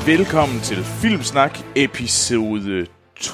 Velkommen til Filmsnak episode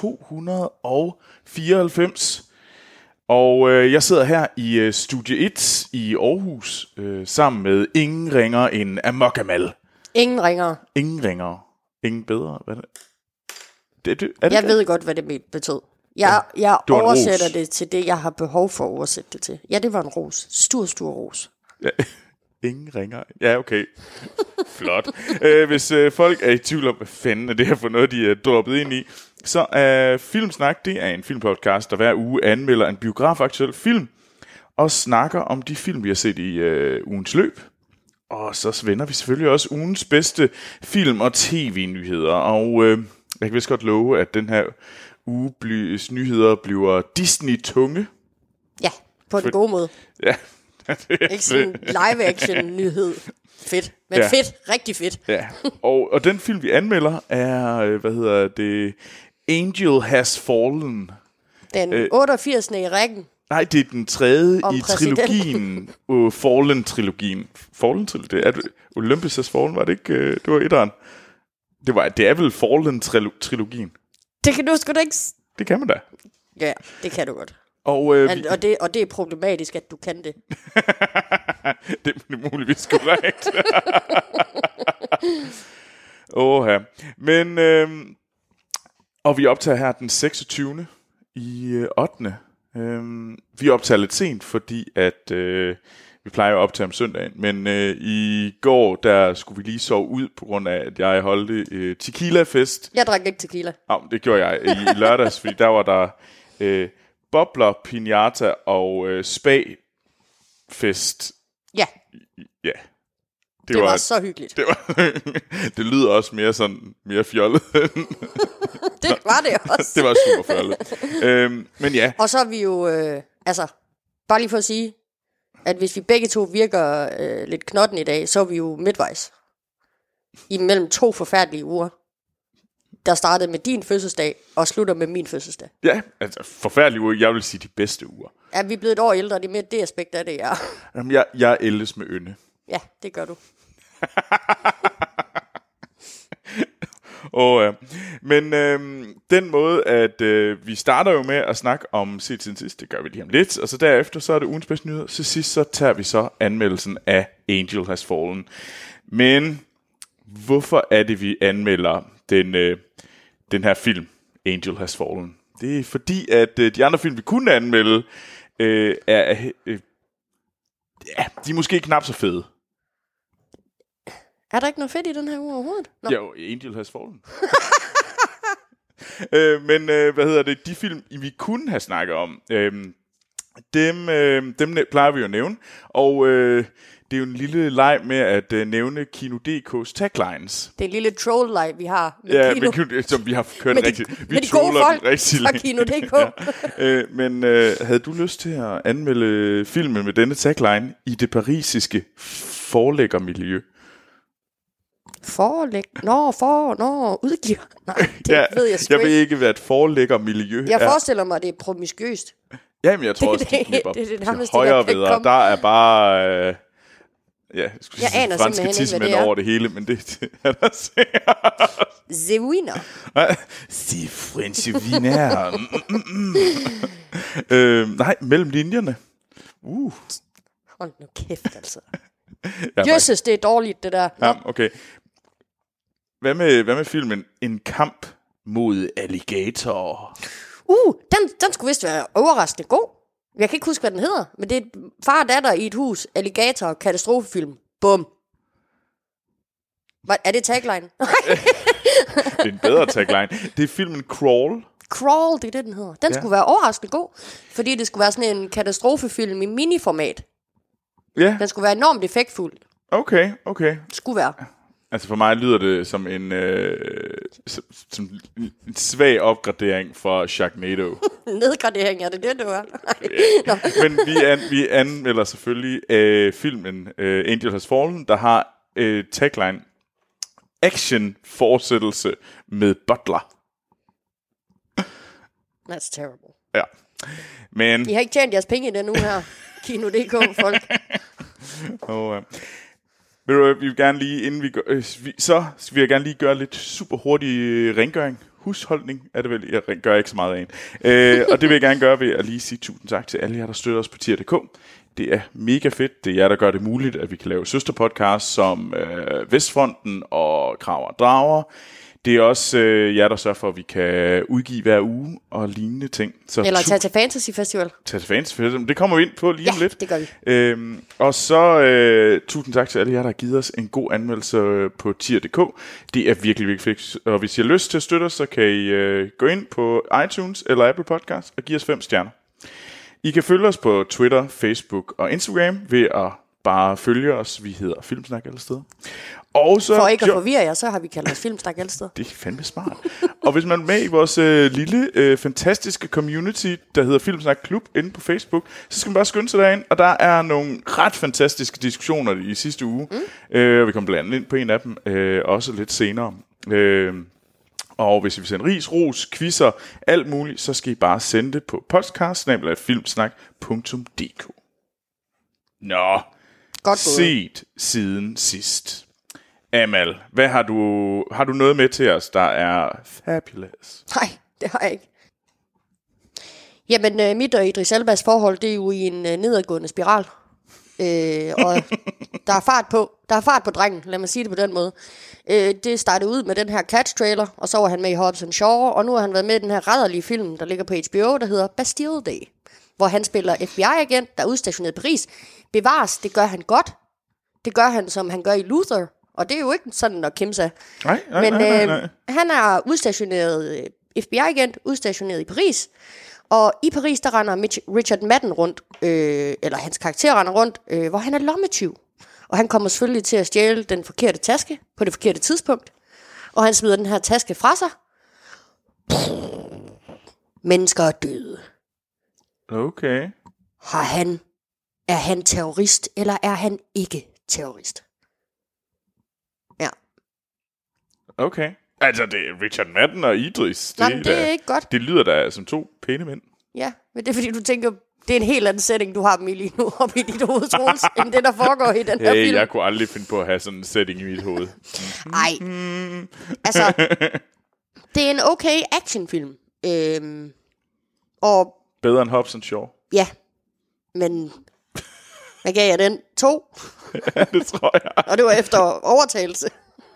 294. Og jeg sidder her i Studie 1 i Aarhus sammen med ingen ringer end Amok Amal. Ingen ringer. Ingen ringer. Ingen bedre. Hvad er det? Jeg ved godt, hvad det betød. Jeg oversætter det til det, jeg har behov for at oversætte det til. Ja, det var en ros. Stor ros. Ja. Ingen ringer. Ja, okay. Flot. Hvis folk er i tvivl om, hvad fanden er det her for noget, de er droppet ind i, så er Filmsnak, det er en filmpodcast, der hver uge anmelder en biografaktuel film, og snakker om de film, vi har set i ugens løb. Og så vender vi selvfølgelig også ugens bedste film- og tv-nyheder. Og jeg kan vist godt love, at den her uges nyheder bliver Disney-tunge. Ja, på den gode måde. Ja. Ikke sådan live-action nyhed. Fedt. Men ja. Fedt. Rigtig fedt. Ja. Og den film, vi anmelder, er, Angel Has Fallen. Den 88. i rækken. Nej, det er den tredje i trilogien. Fallen-trilogien. Fallen-trilogien? Er det Olympus Has Fallen, var det ikke? Det var etteren. Det er vel Fallen-trilogien. Det kan du sgu da ikke... Det kan man da. Ja, det kan du godt. Og det er problematisk, at du kan det. Det er muligvis korrekt. Åha. Men, og vi optager her den 26. i 8. Vi optager lidt sent, fordi at vi plejer at optage om søndagen. Men i går, der skulle vi lige sove ud, på grund af, at jeg holdte tequila-fest. Jeg drak ikke tequila. Det gjorde jeg i lørdags, fordi der var der... bobler, piñata og spa-fest. Ja. Ja. Det var så hyggeligt. Det lyder også mere fjollet. Det var det også. Det var super fjollet. Men ja. Og så er vi jo, bare lige for at sige, at hvis vi begge to virker lidt knotten i dag, så er vi jo midtvejs. Imellem 2 forfærdelige uger. Der startede med din fødselsdag og slutter med min fødselsdag. Ja, altså forfærdelige uger. Jeg vil sige de bedste uger. Ja, vi er blevet et år ældre. Det er mere det aspekt af det, ja. Jamen, jeg ældes med ynde. Ja, det gør du. Men den måde, at vi starter jo med at snakke om set siden sidst, det gør vi lige om lidt, og så derefter, så er det ugens bedste nyheder. Så sidst, så tager vi så anmeldelsen af Angel Has Fallen. Men hvorfor er det, vi anmelder den her film, Angel Has Fallen? Det er fordi, at de andre film, vi kunne anmelde, de er måske knap så fede. Er der ikke noget fedt i den her uge overhovedet? Nå. Jo, Angel Has Fallen. Men de film, vi kunne have snakket om, dem plejer vi jo at nævne. Og det er jo en lille leg med at nævne Kino.dk's taglines. Det er en lille troll-leg, vi har med Kino. Som vi har kørt rigtigt. Vi troller den rigtig fra Kino.dk. Ja. Men havde du lyst til at anmelde filmen med denne tagline i det parisiske forlæggermiljø? Udgiver. Nej, det ved jeg sgu ikke. Jeg ved ikke, hvad et forlæggermiljø er. Jeg forestiller mig, at det er promiskuøst. Jamen, jeg tror også, de knipper til højre vedere. Der er bare... jeg aner franske tidsmænd over det hele, men det er der sikkert. The winner. The French winner. Nej, mellem linjerne. Hold nu kæft, altså. Jøsses, det er dårligt, det der. Ja, okay. Hvad med filmen En kamp mod alligator? Den skulle vist være overraskende god. Jeg kan ikke huske, hvad den hedder, men det er far og datter i et hus, alligator, katastrofefilm. Bum. Er det tagline? Det er en bedre tagline. Det er filmen Crawl. Crawl, det er det, den hedder. Den skulle være overraskende god, fordi det skulle være sådan en katastrofefilm i miniformat. Ja. Den skulle være enormt effektfuld. Okay. Skulle være. Altså for mig lyder det som en svag opgradering for Sharknado. Nedgradering, er det det var? Men vi anmelder selvfølgelig filmen Angel Has Fallen, der har tagline action-fortsættelse med Butler. That's terrible. Ja. Men... I har ikke tjent jeres penge i den uge her. Kino.dk, folk. Vi vil gerne lige, inden vi går, så vil jeg gerne lige gøre lidt super hurtig rengøring. Husholdning er det vel, jeg gør ikke så meget af en. Og det vil jeg gerne gøre ved at lige sige tusind tak til alle jer, der støtter os på tier.dk. Det er mega fedt. Det er jer, der gør det muligt, at vi kan lave søsterpodcasts som Vestfronten og Krav og Drager. Det er også jer, der sørger for, at vi kan udgive hver uge og lignende ting. Så eller tage til Fantasy Festival. Tage til Fantasy Festival. Det kommer vi ind på lige om lidt. Ja, det gør vi. Og så tusind tak til alle jer, der har givet os en god anmeldelse på tier.dk. Det er virkelig, virkelig fedt. Og hvis I har lyst til at støtte os, så kan I gå ind på iTunes eller Apple Podcast og give os 5 stjerner. I kan følge os på Twitter, Facebook og Instagram ved at bare følge os. Vi hedder Filmsnak alle steder. Og så, for ikke at forvirre jer, så har vi kaldt os Filmsnak alle steder. Det er fandme smart. Og hvis man er med i vores lille, fantastiske community, der hedder Filmsnak Klub inde på Facebook, så skal man bare skynde sig derind. Og der er nogle ret fantastiske diskussioner i sidste uge. Og vi kommer blandt andet ind på en af dem, også lidt senere. Og hvis I vil sende ris, ros, quizzer, alt muligt, så skal I bare sende det på podcast@filmsnak.dk. Nå, godt set siden sidst. Amal, hvad har du noget med til os, der er fabulous? Nej, det har jeg ikke. Jamen, mit og Idris Elbas forhold, det er jo i en nedadgående spiral. Og der er fart på. Der er fart på drengen, lad mig sige det på den måde. Det startede ud med den her Catch-trailer, og så var han med i Hobbs & Shaw, og nu har han været med i den her rædderlige film, der ligger på HBO, der hedder Bastille Day, hvor han spiller FBI-agent, der er udstationeret i Paris. Bevares, det gør han godt. Det gør han, som han gør i Luther, og det er jo ikke sådan at kimse af. Nej. Han er udstationeret FBI-agent, udstationeret i Paris, og i Paris, der render Richard Madden rundt, eller hans karakter render rundt, hvor han er lommetyv. Og han kommer selvfølgelig til at stjæle den forkerte taske på det forkerte tidspunkt. Og han smider den her taske fra sig. Mennesker er døde. Okay. Er han terrorist, eller er han ikke terrorist? Ja. Okay. Altså, det er Richard Madden og Idris. Nej, det er ikke godt. Det lyder da som 2 pæne mænd. Ja, men det er fordi, du tænker, det er en helt anden setting, du har dem i lige nu, oppe i dit hoved, Troels, end det, der foregår i den her film. Jeg kunne aldrig finde på at have sådan en setting i mit hoved. Nej. Altså, det er en okay actionfilm. Og bedre end Hobbs & Shaw. Ja, men hvad gav jeg den? 2? Ja, det tror jeg. Og det var efter overtagelse.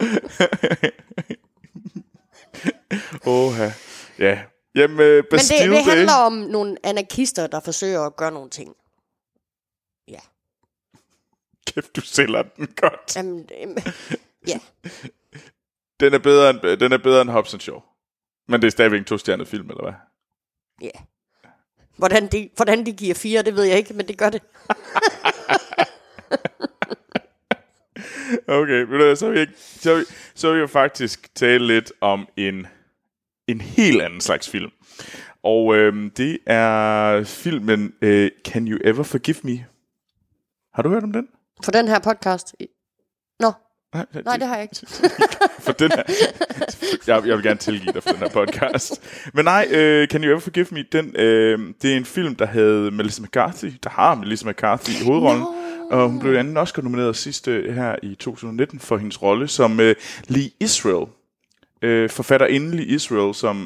Oha. Ja. Jamen, men det handler om nogle anarkister, der forsøger at gøre nogle ting. Ja. Kæft, du sælger den godt. Jamen, ja. Den er bedre end Hobbs & Shaw. Men det er stadigvæk en 2-stjernet film, eller hvad? Ja. Hvordan de giver 4, det ved jeg ikke, men det gør det. Okay, så vil jeg faktisk tale lidt om en helt anden slags film. Og det er filmen Can You Ever Forgive Me? Har du hørt om den? For den her podcast? Nå. Nej, det har jeg ikke. For den her, jeg vil gerne tilgive dig for den her podcast. Men nej, Can You Ever Forgive Me? Det er en film, der har Melissa McCarthy i hovedrollen. Og hun blev anden Oscar-nomineret sidste her i 2019 for hendes rolle som Lee Israel. Forfatterinden Lee Israel, som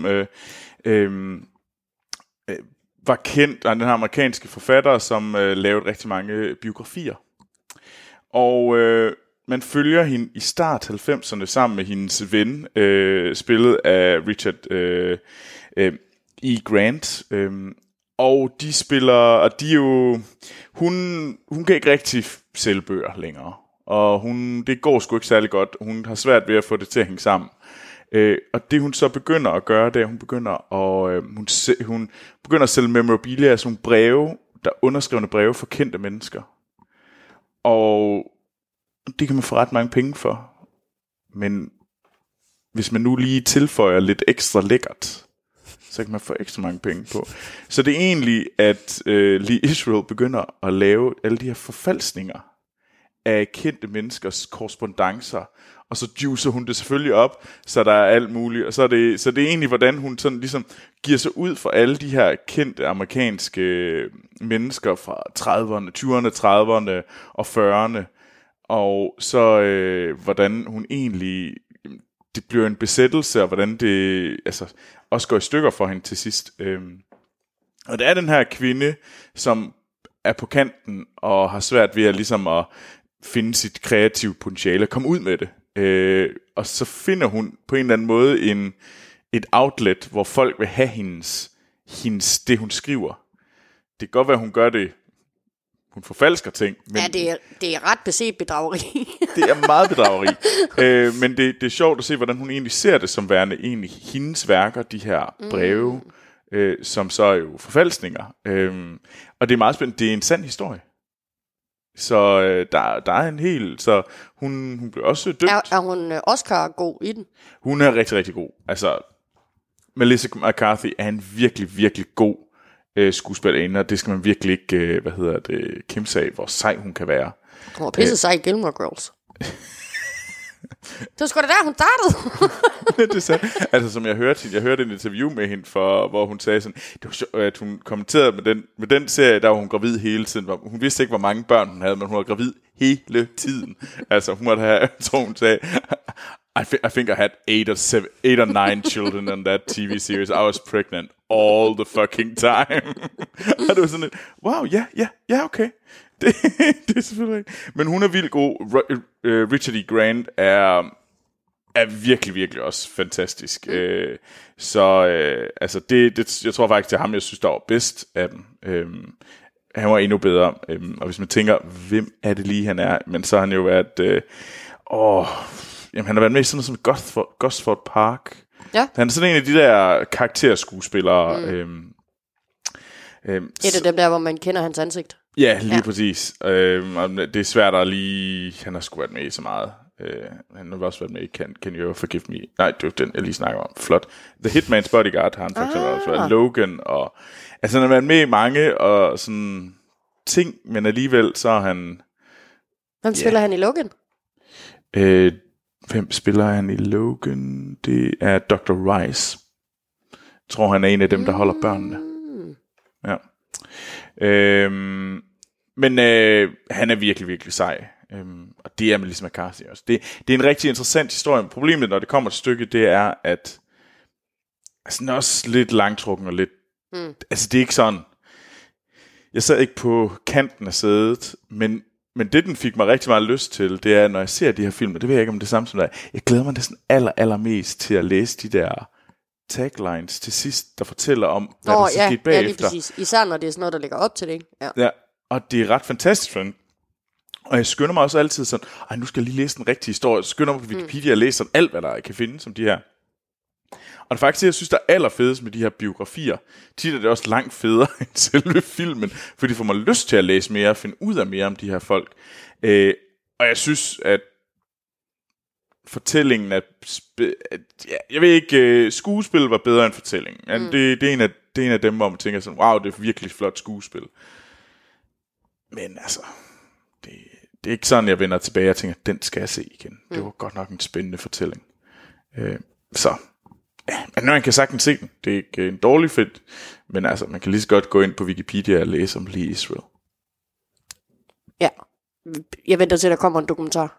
var kendt af den her amerikanske forfatter, som lavede rigtig mange biografier. Og man følger hende i start 90'erne sammen med hendes ven, spillet af Richard E. Grant. Og de spiller, og de er jo, hun kan ikke rigtig sælge bøger længere. Og det går sgu ikke særlig godt. Hun har svært ved at få det til at hænge sammen. Og det hun så begynder at gøre, det er, hun begynder at sælge memorabilia, altså nogle breve, der underskrevne breve for kendte mennesker. Og det kan man få ret mange penge for. Men hvis man nu lige tilføjer lidt ekstra lækkert, så kan man få ekstra mange penge på. Så det er egentlig, at Lee Israel begynder at lave alle de her forfalskninger af kendte menneskers korrespondancer, og så juicer hun det selvfølgelig op, så der er alt muligt. Og så det er egentlig, hvordan hun sådan ligesom giver sig ud for alle de her kendte amerikanske mennesker fra 30'erne, 20'erne, 30'erne og 40'erne. og så hvordan hun egentlig, det bliver en besættelse, og hvordan det altså også går i stykker for hende til sidst. Og det er den her kvinde, som er på kanten og har svært ved at ligesom at finde sit kreative potentiale, komme ud med det. Og så finder hun på en eller anden måde et outlet, hvor folk vil have hendes det hun skriver. Det kan godt være, hun gør det, hun forfalsker ting. Men ja, det er ret beset bedrageri. det er meget bedrageri. Men det er sjovt at se, hvordan hun egentlig ser det som værende egentlig hendes værker, de her breve, som så er jo forfalskninger. Og det er meget spændende. Det er en sand historie. Så der er en hel... Så hun blev også dømt. Er hun Oscar god i den? Hun er rigtig, rigtig god. Altså, Melissa McCarthy er en virkelig, virkelig god skuespillerinde, og det skal man virkelig ikke, kæmpe af, hvor sej hun kan være. Hun var pisse sej i Gilmore Girls. Det var sgu da der, hun startede. Det sagde, altså som jeg hørte en interview med hende, hvor hun sagde sådan, det var at hun kommenterede med den serie, der var hun gravid hele tiden. Hun vidste ikke, hvor mange børn hun havde, men hun var gravid hele tiden. Altså hun måtte have, jeg tror hun sagde, I think I had 8 or 9 children on that TV series. I was pregnant all the fucking time. Og det var sådan lidt, wow, ja, okay. Det er selvfølgelig ikke. Men hun er vildt god. Richard E. Grant er virkelig, virkelig også fantastisk. Altså jeg tror faktisk, det er ham, jeg synes, der var bedst af dem. Han var endnu bedre. Og hvis man tænker, hvem er det lige, han er? Men så har han jo været... Jamen, han har været med i sådan noget som Gosford Park. Ja. Han er sådan en af de der karakterskuespillere. Et af dem der, hvor man kender hans ansigt. Ja, lige præcis. Det er svært at lige... Han har sgu været med i så meget. Han har også været med i Can You Ever Forgive Me? Nej, det var den, jeg lige snakker om. Flot. The Hitman's Bodyguard har han for eksempel også været. Logan og... Altså, han har været med i mange og sådan ting, men alligevel så er han... Hvem spiller han i Logan? Hvem spiller han i Logan? Det er Dr. Rice. Jeg tror, han er en af dem, der holder børnene. Ja. Men han er virkelig, virkelig sej. Og det er Melissa McCarthy også. Det er en rigtig interessant historie. Problemet, når det kommer til stykket, det er, at altså, den er også lidt langtrukken og lidt... Altså, det er ikke sådan... Jeg sad ikke på kanten af sædet, men det, den fik mig rigtig meget lyst til, det er, når jeg ser de her film, det ved jeg ikke, om det er samme som dig. Jeg glæder mig næsten allermest til at læse de der taglines til sidst, der fortæller om, hvad der så skete bagefter. Ja, lige præcis. Især når det er sådan noget, der ligger op til det, ikke? Ja, og det er ret fantastisk for den. Og jeg skynder mig også altid sådan, nu skal jeg lige læse den rigtige historie. Jeg skynder mig på Wikipedia og læse sådan alt, hvad der kan finde som de her. Og det er faktisk det, jeg synes, der er allerfedest med de her biografier. Tit er det også langt federe end selve filmen, fordi det får mig lyst til at læse mere og finde ud af mere om de her folk. Og jeg synes, at fortællingen jeg ved ikke, skuespil var bedre end fortællingen. Det er en af dem, hvor man tænker sådan, wow, det er virkelig flot skuespil. Men altså, det er ikke sådan, jeg vender tilbage og tænker, den skal jeg se igen. Det var godt nok en spændende fortælling. Så... Ja, men man kan sagtens se den. Det er ikke en dårlig fedt, men altså, man kan lige så godt gå ind på Wikipedia og læse om Lee Israel. Ja, jeg venter til, der kommer en dokumentar.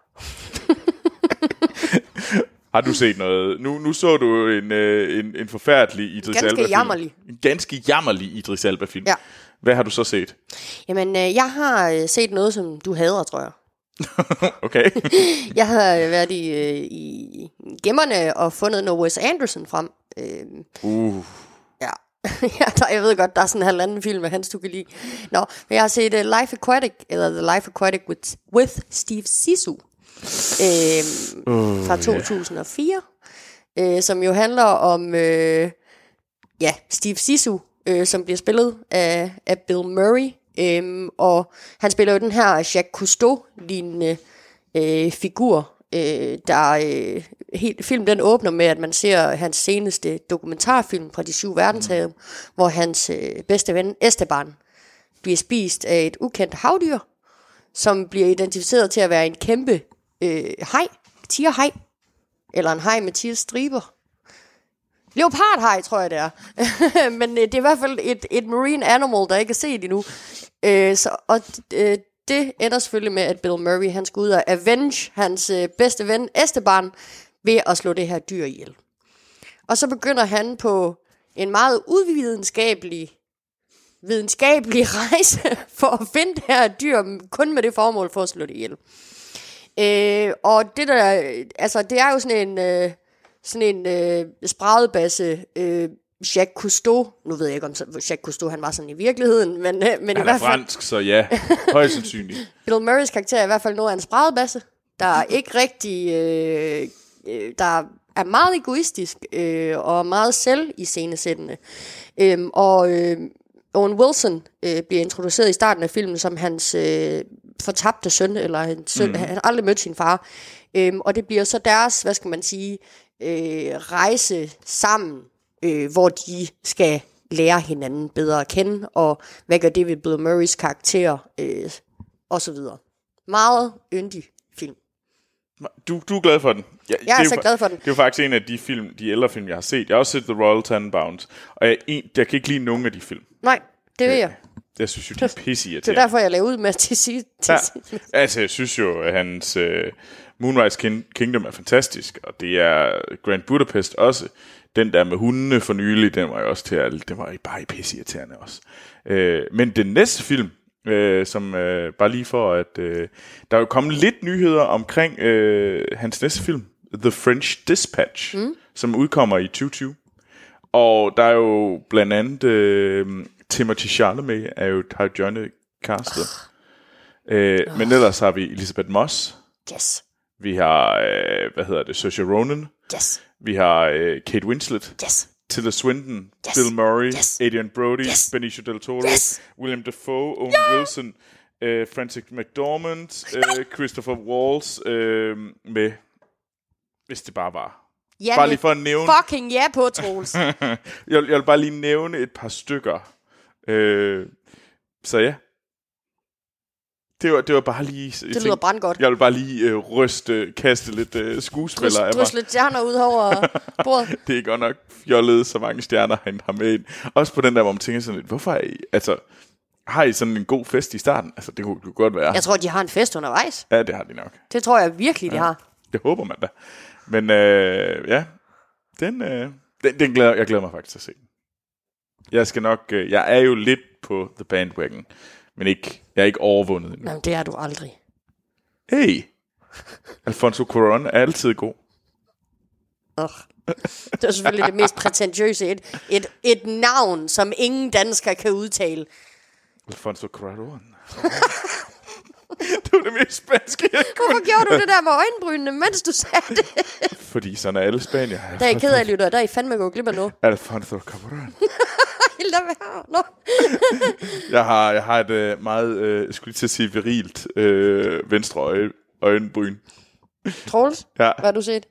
Har du set noget? Nu så du en forfærdelig Idris Elba-film. En ganske jammerlig Idris Elba-film. Ja. Hvad har du så set? Jamen, jeg har set noget, som du hader, tror jeg. Okay. Jeg har været i gemmerne og fundet noget Wes Anderson frem. Ja. Jeg ved godt, der er sådan en halvanden film af hans, du kan lide. Nå, men jeg har set Life Aquatic, eller The Life Aquatic with Steve Zissou fra 2004, som jo handler om Steve Zissou, som bliver spillet af Bill Murray. Og han spiller jo den her Jacques Cousteau-lignende figur, film den åbner med, at man ser hans seneste dokumentarfilm fra de 7 verdenshave, hvor hans bedste ven Esteban bliver spist af et ukendt havdyr, som bliver identificeret til at være en kæmpe tigerhaj, eller en haj med tigerstriber. Leopardhaj, tror jeg det er. Men det er i hvert fald et marine animal, der ikke er set endnu. det ender selvfølgelig med, at Bill Murray, han skal ud og avenge hans bedste ven, Esteban, ved at slå det her dyr ihjel. Og så begynder han på en meget videnskabelig rejse for at finde det her dyr, kun med det formål for at slå det ihjel. Og det der, altså det er jo sådan en spradebasse, Jacques Cousteau. Nu ved jeg ikke, om Jacques Cousteau han var sådan i virkeligheden, men i hvert fald... fransk, så ja, højst sandsynligt. Bill Murrays karakter er i hvert fald noget af en spradebasse, der er ikke rigtig... der er meget egoistisk og meget selviscenesættende. Owen Wilson bliver introduceret i starten af filmen som hans fortabte søn, eller en søn, han har aldrig mødt sin far. Og det bliver så deres, hvad skal man sige, rejse sammen, hvor de skal lære hinanden bedre at kende, og hvad gør det ved Bill Murrays karakter, og så videre. Meget yndig film. Du er glad for den? Jeg er så glad for den. Det er jo faktisk en af de ældre film, jeg har set. Jeg har også set The Royal Tenenbaums, og jeg kan ikke lide nogen af de film. Nej, det ved jeg. Jeg synes jo, de er pisseirriterende. Det er derfor, jeg lavede ud med til sidst. Altså, jeg synes jo, at hans Moonrise Kingdom er fantastisk, og det er Grand Budapest også. Den der med hundene for nylig, den var jo også den var bare pisseirriterende også. Men den næste film, som bare lige for at der er jo kommet lidt nyheder omkring hans næste film, The French Dispatch, som udkommer i 2020. Og der er jo blandt andet Timothée Chalamet har joinet castet. Men ellers har vi Elisabeth Moss. Yes. Vi har Saoirse Ronan. Yes. Vi har Kate Winslet. Yes. Tilda Swinton, yes. Bill Murray, yes. Adrian Brody, yes. Benicio Del Toro, yes. William Dafoe, Owen Wilson, Francis McDormand, Christopher Waltz, med, hvis det bare var. Ja, bare lige for at nævne... Fucking ja på, Troels. jeg vil bare lige nævne et par stykker. Så ja. Det var bare lige... Det lyder brandgodt. Jeg vil bare lige kaste lidt skuespillere af mig. Drys lidt stjerner ud over bordet. Det er godt nok fjollet, så mange stjerner han har med ind. Også på den der, hvor man tænker sådan lidt, hvorfor har I sådan en god fest i starten? Altså, det kunne godt være. Jeg tror, de har en fest undervejs. Ja, det har de nok. Det tror jeg virkelig, de har. Det håber man da. Men ja, jeg glæder mig faktisk til at se den. Jeg er jo lidt på the bandwagon, men jeg er ikke overvundet endnu. Nej, det er du aldrig. Hey, Alfonso Cuarón er altid god. Det er selvfølgelig det mest prætentiøse. Et navn, som ingen dansker kan udtale. Alfonso Cuarón. Det var det mest spanske, jeg kunne. Hvorfor gjorde du det der med øjenbrynene, mens du sagde det? Fordi sådan er alle Spanier. Der er I ked af, lytter. Der er I fandme gået glip af noget. Alfonso Cuarón. Lad være. No. Jeg har et meget, skulle til at sige virilt, venstre øjenbryn. Troels? Ja. Hvad har du set?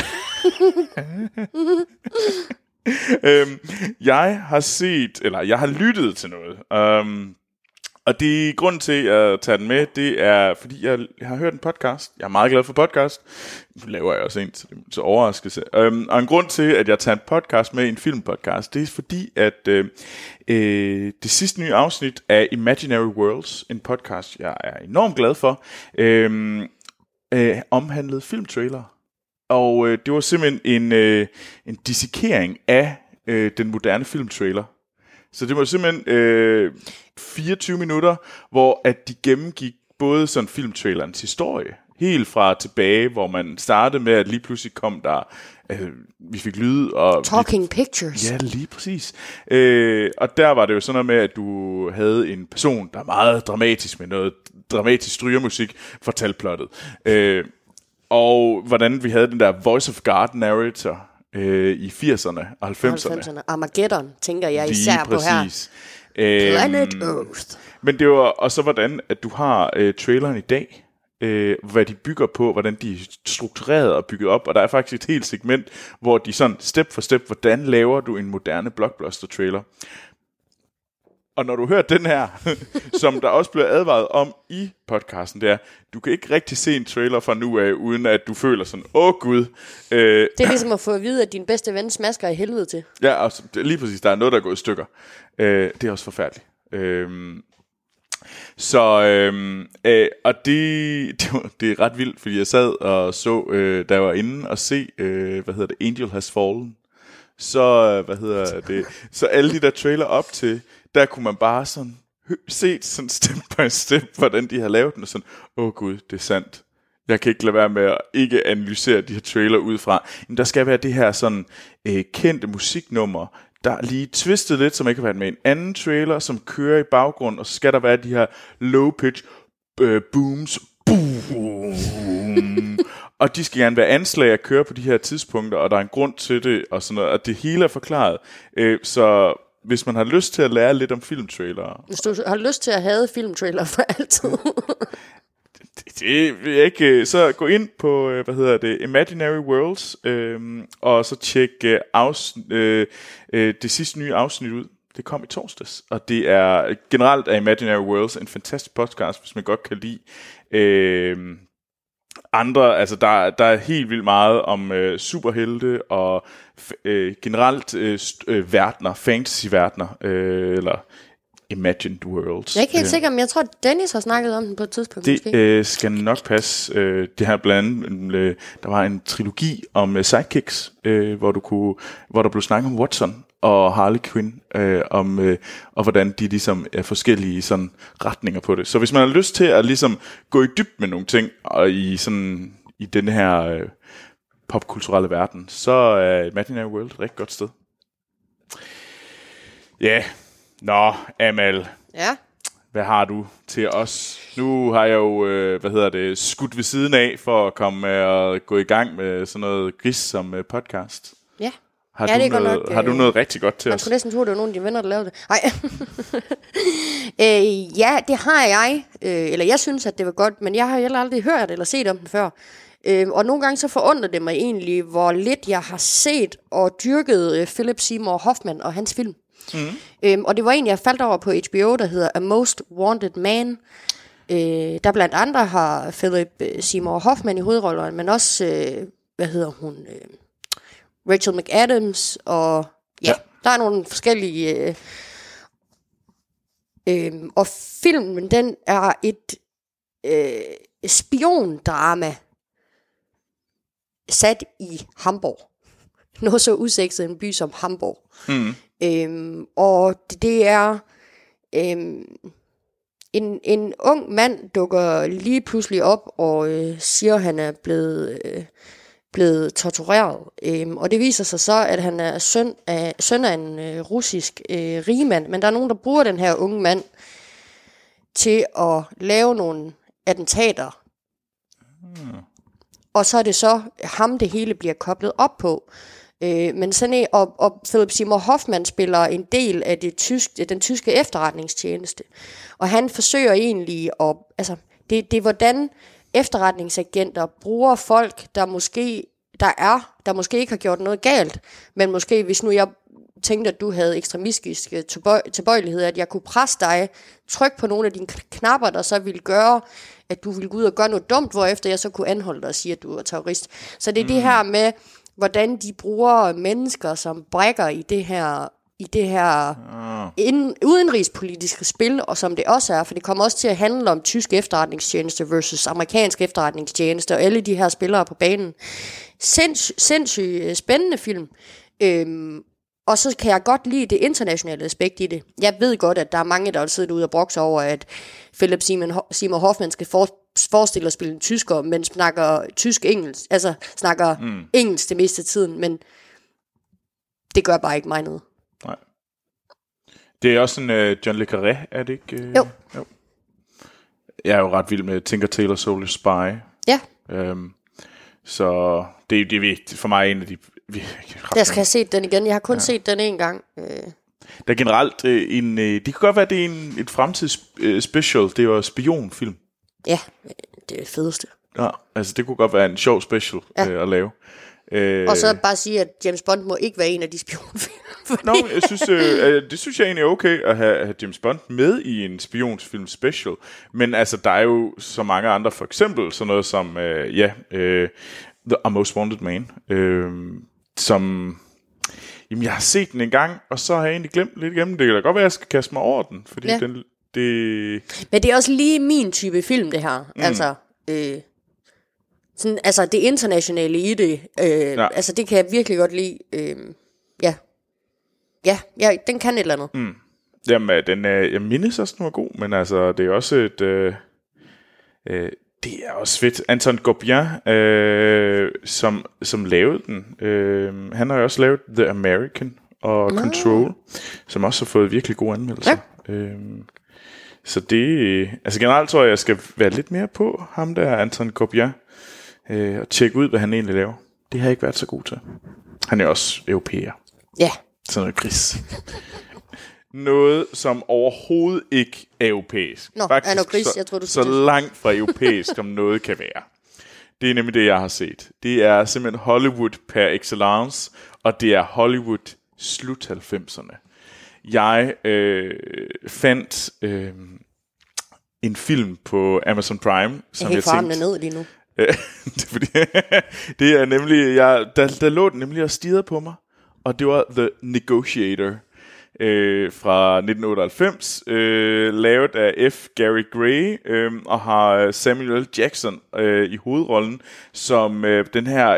Jeg har lyttet til noget. Og det grunden til at tage den med, det er, fordi jeg har hørt en podcast. Jeg er meget glad for podcast. Nu laver jeg også en, så det er så overraskelse. Og en grund til, at jeg tager en podcast med, en filmpodcast, det er fordi, at det sidste nye afsnit af Imaginary Worlds, en podcast, jeg er enormt glad for, omhandlede filmtrailer. Og det var simpelthen en dissekering af den moderne filmtrailer. Så det var simpelthen 24 minutter, hvor at de gennemgik både sådan filmtrailerens historie, helt fra tilbage, hvor man startede med, at lige pludselig kom der, vi fik lyde og... Talking pictures. Ja, lige præcis. Og der var det jo sådan noget med, at du havde en person, der er meget dramatisk med noget dramatisk strygermusik, fortalte plottet. Og hvordan vi havde den der Voice of God narrator i 80'erne og 90'erne. Armageddon, tænker jeg især på her. Planet Earth. Men det var også hvordan, at du har traileren i dag, hvad de bygger på, hvordan de er struktureret og bygget op, og der er faktisk et helt segment, hvor de sådan step for step, hvordan laver du en moderne blockbuster trailer. Og når du hører den her, som der også bliver advaret om i podcasten, det er, du kan ikke rigtig se en trailer fra nu af, uden at du føler sådan, gud. Det er ligesom at få at vide, at din bedste ven smasker i helvede til. Ja, altså, lige præcis, der er noget, der er gået i stykker. Det er også forfærdeligt. Så, og det er ret vildt, fordi jeg sad og så, da jeg var inde og se, Angel Has Fallen. Så, så alle de der trailer op til, der kunne man bare sådan set sådan step by step, hvordan de har lavet den, og sådan, gud, det er sandt. Jeg kan ikke lade være med at ikke analysere de her trailer udefra. Men der skal være det her sådan kendte musiknummer, der er lige twistet lidt, som ikke har været med en anden trailer, som kører i baggrund, og så skal der være de her low pitch booms, boom, og de skal gerne være anslag at køre på de her tidspunkter, og der er en grund til det, og sådan noget, og det hele er forklaret. Så hvis man har lyst til at lære lidt om filmtrailere... Hvis du har lyst til at have filmtrailer for altid... Det vil jeg ikke. Så gå ind på Imaginary Worlds og så tjek det sidste nye afsnit ud. Det kom i torsdags, og det er generelt af Imaginary Worlds en fantastisk podcast, hvis man godt kan lide andre. Altså der er helt vildt meget om superhelte og generelt verdener, fantasy-verdener eller Imagined Worlds. Jeg er ikke helt sikker, men jeg tror, at Dennis har snakket om den på et tidspunkt. Det skal nok passe. Det her blandt andet, der var en trilogi om sidekicks, hvor der blev snakket om Watson og Harley Quinn, og hvordan de ligesom er forskellige sådan retninger på det. Så hvis man har lyst til at ligesom gå i dybden med nogle ting, og i den her popkulturelle verden, så er Imaginary World et rigtig godt sted. Ja. Nå, Amal. Ja. Hvad har du til os? Nu har jeg jo, skudt ved siden af for at komme med og gå i gang med sådan noget gris som podcast. Ja. Har du noget rigtig godt til os? Man skulle næsten tro, det var nogle af de venner, der lavede det. Nej. Ja, det har jeg. Eller jeg synes, at det var godt, men jeg har heller aldrig hørt eller set om den før. Og nogle gange så forundrer det mig egentlig, hvor lidt jeg har set og dyrket Philip Seymour Hoffman og hans film. Og det var egentlig, jeg faldt over på HBO, der hedder A Most Wanted Man. Der blandt andre har Philip Seymour Hoffman i hovedrollerne, men også, Rachel McAdams, og ja, der er nogle forskellige... og filmen, den er et spiondrama sat i Hamburg. Noget så usekset en by som Hamburg. Og det er en ung mand dukker lige pludselig op og siger, at han er blevet tortureret. Og det viser sig så, at han er søn af en russisk rigmand, men der er nogen, der bruger den her unge mand til at lave nogle attentater. Og så er det så ham, det hele bliver koblet op på. Men sådan og Philip Seymour Hoffman spiller en del af den tyske efterretningstjeneste. Og han forsøger egentlig at... Altså, det er hvordan efterretningsagenter bruger folk, der måske ikke har gjort noget galt, men måske hvis nu jeg tænkte, at du havde ekstremistiske tilbøjeligheder, at jeg kunne presse dig, trykke på nogle af dine knapper, der så ville gøre, at du ville gå ud og gøre noget dumt, hvorefter jeg så kunne anholde dig og sige, at du er terrorist. Så det er det her med, hvordan de bruger mennesker som brækker i det her udenrigspolitiske spil, og som det også er, for det kommer også til at handle om tysk efterretningstjeneste versus amerikansk efterretningstjeneste, og alle de her spillere på banen. Sindssygt spændende film. Og så kan jeg godt lide det internationale aspekt i det. Jeg ved godt, at der er mange, der har siddet ude og brokser over, at Philip Seymour Hoffman skal forestille at spille en tysker, men snakker tysk-engelsk, altså snakker engelsk det meste af tiden, men det gør bare ikke mig noget. Nej. Det er også en John le Carré, er det ikke? Jo. Jeg er jo ret vild med Tinker Tailor Soldier Spy. Ja. Så det er vigtigt for mig en af de... Jeg skal have set den igen. Jeg har kun set den en gang. Der er generelt det kan godt være, det er et fremtids special. Det er jo spionfilm. Ja, det er det fedeste. Ja, altså det kunne godt være en sjov special at lave. Og så bare sige, at James Bond må ikke være en af de spionfilm. Nå, jeg synes, det synes jeg egentlig er okay at have James Bond med i en spionfilm special. Men altså, der er jo så mange andre, for eksempel sådan noget som, The Most Wanted Man, som... Jamen, jeg har set den en gang, og så har jeg egentlig glemt lidt igennem det. Det kan da godt være, at jeg skal kaste mig over den, fordi Men det er også lige min type film, det her. Altså det internationale i det. Altså, det kan jeg virkelig godt lide. Ja, den kan et eller andet. Jamen, jeg mindes også, den var god, men altså, det er også et... det er også fedt. Anton Gobian, som lavede den, han har jo også lavet The American og Control, som også har fået virkelig gode anmeldelser. Ja. Så det... Altså generelt tror jeg skal være lidt mere på ham der, Anton Gobian, og tjekke ud, hvad han egentlig laver. Det har jeg ikke været så god til. Han er også europæer. Ja. Sådan noget gris. Noget, som overhovedet ikke er europæisk. Faktisk gris, jeg tror, du så langt fra europæisk, som noget kan være. Det er nemlig det, jeg har set. Det er simpelthen Hollywood per excellence, og det er Hollywood slut 90'erne. Jeg fandt en film på Amazon Prime, som jeg tænkte... Jeg ned lige nu. Det er nemlig... Der lå den nemlig og stirrede på mig, og det var The Negotiator fra 1998, lavet af F. Gary Gray, og har Samuel Jackson i hovedrollen, som den her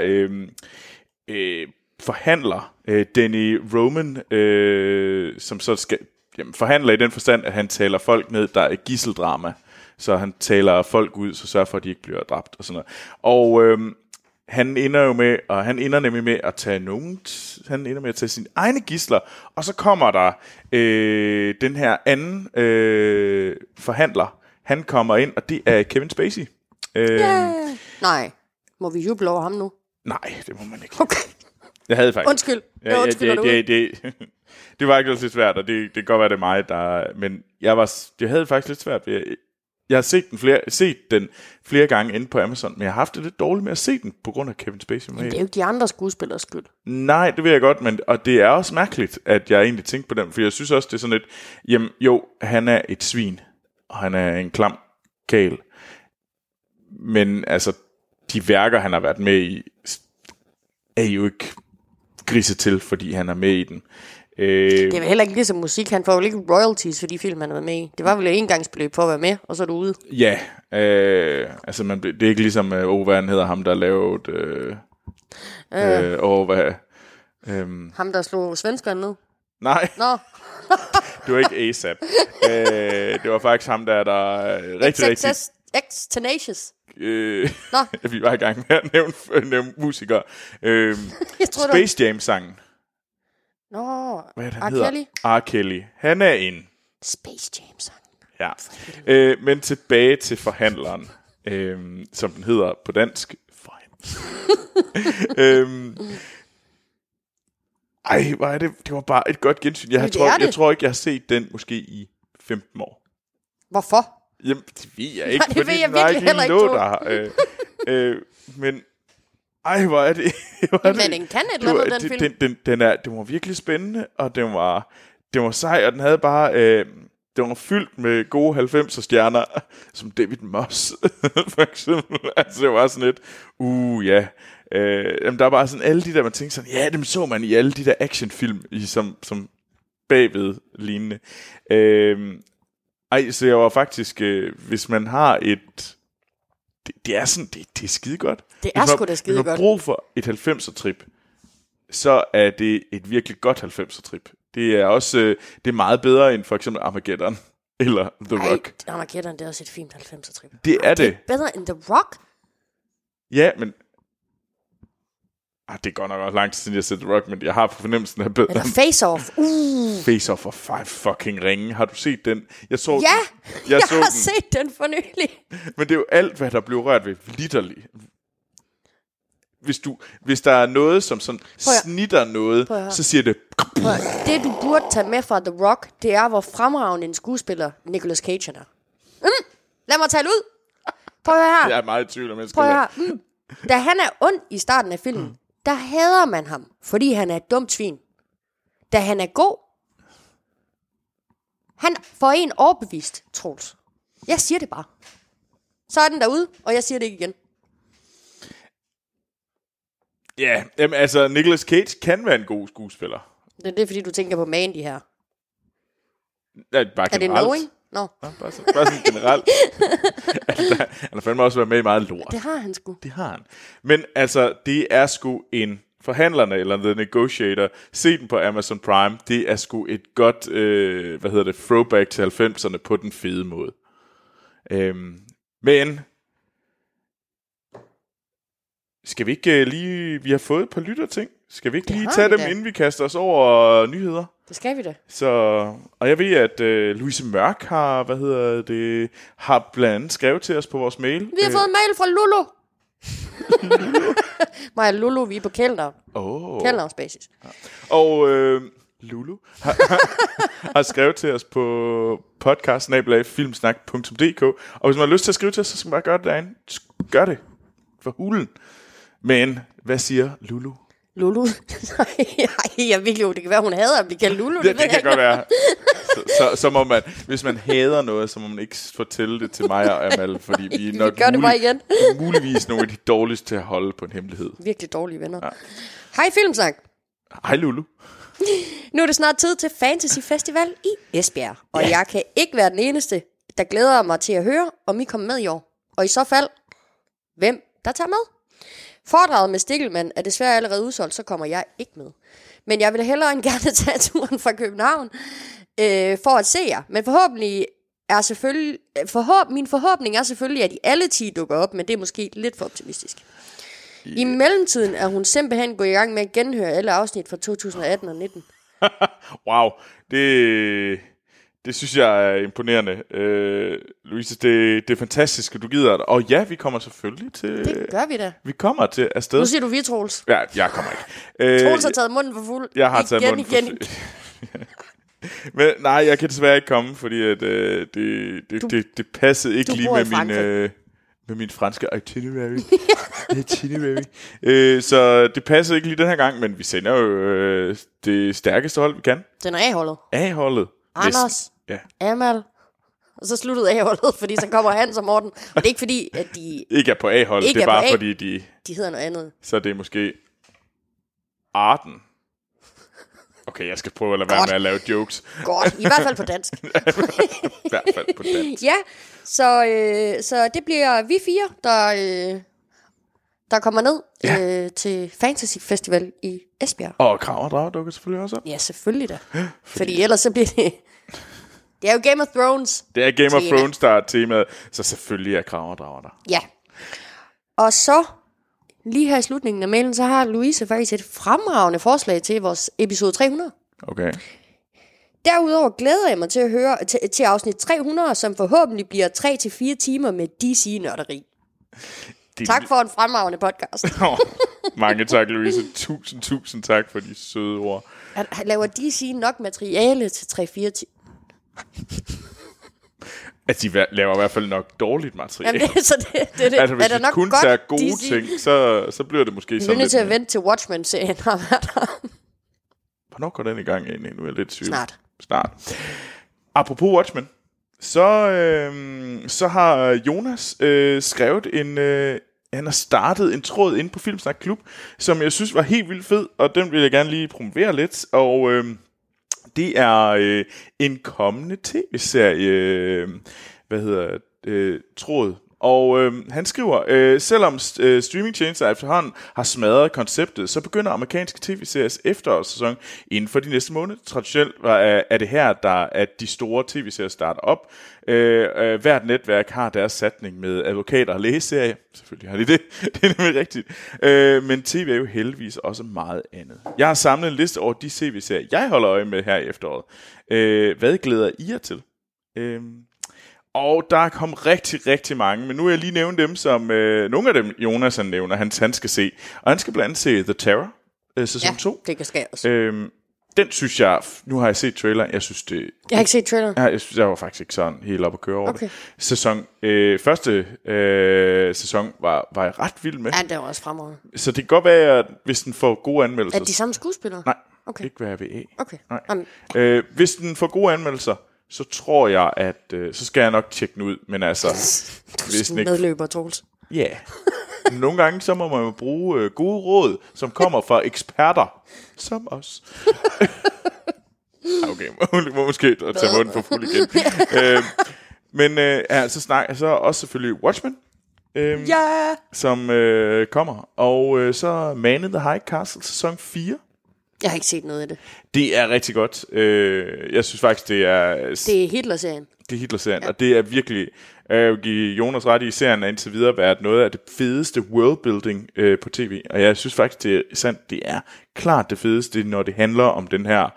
forhandler, Danny Roman, som så skal forhandler i den forstand, at han taler folk ned, der er gisseldrama, så han taler folk ud, så sørger for, at de ikke bliver dræbt og sådan noget. Og han ender nemlig med at tage sine egne gidsler, og så kommer der den her anden forhandler. Han kommer ind, og det er Kevin Spacey. Nej, må vi juble over ham nu? Nej, det må man ikke. Okay. Jeg havde faktisk... Undskyld. Det var ikke lidt svært, og det kan godt være, det er mig, der... Men jeg havde faktisk lidt svært ved... Jeg har set den flere gange inde på Amazon, men jeg har haft det lidt dårligt med at se den, på grund af Kevin Spacey. Det er jo ikke de andre skuespillers skyld. Nej, det ved jeg godt, og det er også mærkeligt, at jeg egentlig tænkte på dem, for jeg synes også, det er sådan lidt, jamen jo, han er et svin, og han er en klam kæl. Men altså, de værker, han har været med i, er jo ikke griset til, fordi han er med i den. Det er vel heller ikke ligesom musik. Han får jo ikke royalties for de film, han har været med i. Det var vel et engangsbeløb for at være med, og så er du ude. Ja, altså det er ikke ligesom, hvad han hedder, ham der lavede... ham der slog svenskerne ned? Nej. Nå. Det var ikke ASAP. Det var faktisk ham der rigtig... Tenacious. Vi var i gang med at nævne musikere. Space Jam-sangen. Nå, hvad han hedder? R. Kelly. Han er en Space Jam-sang. Ja. Men tilbage til forhandleren, som den hedder på dansk. Hvor er det? Det var bare et godt gensyn. Jeg tror ikke, jeg har set den måske i 15 år. Hvorfor? Jamen, det ved jeg ikke. Nej, det ved jeg virkelig heller ikke. Men hvor er det? Men den kan et eller andet, den film. Den var virkelig spændende, og den var sej, og den havde bare... den var fyldt med gode 90'er stjerner, som David Moss, for eksempel. Altså, det var sådan lidt... ja. Der var bare sådan alle de der, man tænkte sådan... Ja, dem så man i alle de der actionfilm, som bagved lignende. Så jeg var faktisk... hvis man har et... Det er sådan, det er skide godt. Det er sgu da skide godt. Hvis man har brug for et 90'er-trip, så er det et virkelig godt 90'er-trip. Det er også det er meget bedre end for eksempel Armageddon eller The Rock. Armageddon, det er også et fint 90'er-trip. Det er det. Det er bedre end The Rock? Ja, men... det er godt nok også lang tid siden, jeg har set The Rock, men jeg har på fornemmelsen af bedre. Eller Face Off. Face Off og 5 fucking ringe. Har du set den? Jeg har set den for nylig. Men det er jo alt, hvad der blev rørt ved, literally. Hvis der er noget, som sådan snitter noget, så siger det... Det, du burde tage med fra The Rock, det er, hvor fremragende en skuespiller Nicolas Cage er. Lad mig tale ud. Prøv at høre her. Jeg er meget i tvivl om, jeg skal Da han er ond i starten af filmen, der hader man ham, fordi han er et dumt svin. Da han er god, han får en overbevist, Troels. Jeg siger det bare. Så er den derude, og jeg siger det ikke igen. Ja, jamen, altså Nicolas Cage kan være en god skuespiller. Det er fordi, du tænker på Mandy her. Ja, bare er det Knowing? Nå. Bare sådan generelt. Han har fandme også været med i meget lort. Det har han sgu. Det har han. Men altså, det er sgu en Forhandlerne, eller The Negotiator. Se den på Amazon Prime. Det er sgu et godt, throwback til 90'erne på den fede måde. Men skal vi ikke lige... Vi har fået et par lytterting. Skal vi ikke lige tage dem, inden vi kaster os over nyheder? Det skal vi da. Så, og jeg ved, at Louise Mørk har, har blandt andet skrevet til os på vores mail. Vi har fået en mail fra Lulu. Mig og Lulu, vi er på kældnavnsbasis. Ja. Og Lulu har skrevet til os på podcast@filmsnak.dk. Og hvis man har lyst til at skrive til os, så skal man bare gøre det derinde. Gør det. For hulen. Men, hvad siger Lulu? Lulu? Jeg virkelig jo, det kan være, hun hader at blive kaldt Lulu. Det kan godt være. Så må man, hvis man hader noget, så må man ikke fortælle det til mig og Amal, fordi vi er nok muligvis nogle af de dårligste til at holde på en hemmelighed. Virkelig dårlige venner. Ja. Hej Filmsnak. Hej Lulu. Nu er det snart tid til Fantasy Festival i Esbjerg, og jeg kan ikke være den eneste, der glæder mig til at høre, om I kommer med i år. Og i så fald, hvem der tager med? Foredraget med Stikkelmann er desværre allerede udsolgt, så kommer jeg ikke med. Men jeg vil hellere end gerne tage turen fra København for at se jer. Men min forhåbning er selvfølgelig, at I alle 10 dukker op, men det er måske lidt for optimistisk. I mellemtiden er hun simpelthen gået i gang med at genhøre alle afsnit fra 2018 og 19. Wow, det synes jeg er imponerende. Louise, det er fantastisk, at du gider det. Og ja, vi kommer selvfølgelig til... Det gør vi da. Vi kommer til afsted. Nu siger du vi, Troels. Ja, jeg kommer ikke. Troels har taget munden for fuld. Jeg har taget munden for fuld. Men nej, jeg kan desværre ikke komme, fordi at, det passede ikke lige med min franske itinerary. Så det passer ikke lige den her gang, men vi sender jo det stærkeste hold, vi kan. Den er A-holdet. A-holdet. Anders, Amal, og så sluttede A-holdet, fordi så kommer Hans og Morten. Og det er ikke fordi, at de... Ikke er på A-holdet, det er bare fordi de... De hedder noget andet. Så det er måske Arden. Okay, jeg skal prøve at lade være med at lave jokes. Godt, i hvert fald på dansk. I hvert fald på dansk. Ja, så det bliver vi 4, der kommer ned til Fantasy Festival i Esbjerg. Og Krav og Drag dukker selvfølgelig også op. Ja, selvfølgelig da. Fordi ellers så bliver det... Det er jo Game of Thrones. Det er Game of Thrones, der er temaet. Så selvfølgelig er Krav og Drag der. Ja. Og så, lige her i slutningen af mailen, så har Louise faktisk et fremragende forslag til vores episode 300. Okay. Derudover glæder jeg mig til at høre til afsnit 300, som forhåbentlig bliver 3-4 timer med DC-nørderi. Tak for en fremragende podcast. Mange tak, Louise. Tusind tak for de søde ord. Laver DC nok materiale til 3-4 timer? At de laver i hvert fald nok dårligt materiale. Jamen, det. Altså, hvis er de kun tager gode DC? Ting, så bliver det måske sådan lidt... Vi er nødt til at vente til Watchmen-serien har været der. Hvornår går den i gang egentlig? Nu er jeg lidt syg. Snart. Apropos Watchmen, så har Jonas skrevet han har startet en tråd inde på Filmsnak Klub, som jeg synes var helt vildt fed, og den vil jeg gerne lige promovere lidt. Og det er en kommende tv-serie, tråd. Og han skriver, selvom streamingtjenester efterhånden har smadret konceptet, så begynder amerikanske tv-series efterårssæson inden for de næste måneder. Traditionelt er det her, at de store tv-serier starter op. Hvert netværk har deres satning med advokater og lægeserier. Selvfølgelig har de det. Det er nemlig rigtigt. Men tv er jo heldigvis også meget andet. Jeg har samlet en liste over de tv-serier, jeg holder øje med her i efteråret. Hvad glæder I jer til? Og der er kommet rigtig mange, men nu vil jeg lige nævne dem, som nogle af dem Jonas han nævner, han skal se. Og han skal blandt andet se The Terror, sæson 2. Ja, det skal også. Den synes jeg, nu har jeg set traileren, jeg synes det... Jeg har ikke set traileren. Jeg synes, jeg var faktisk ikke sådan helt op at køre over det. Første sæson var jeg ret vild med. Ja, det var også fremragende. Så det kan godt være, at hvis den får gode anmeldelser... Er de samme skuespillere? Nej, ikke hvad VA. Okay. Nej. Hvis den får gode anmeldelser, så tror jeg, at så skal jeg nok tjekke den ud. Men altså... Du er medløber, Troels. Ja. Yeah. Nogle gange så må man jo bruge gode råd, som kommer fra eksperter som os. Okay, må måske tage munden for fuld igen. Så også selvfølgelig Watchmen. Som kommer. Og så Man in the High Castle sæson 4. Jeg har ikke set noget af det. Det er rigtig godt. Jeg synes faktisk, det er... Det er Hitler-serien. Det er Hitler-serien, og det er virkelig... Jeg vil give Jonas ret i, serien er indtil videre været noget af det fedeste worldbuilding på tv. Og jeg synes faktisk, det er sandt. Det er klart det fedeste, når det handler om den her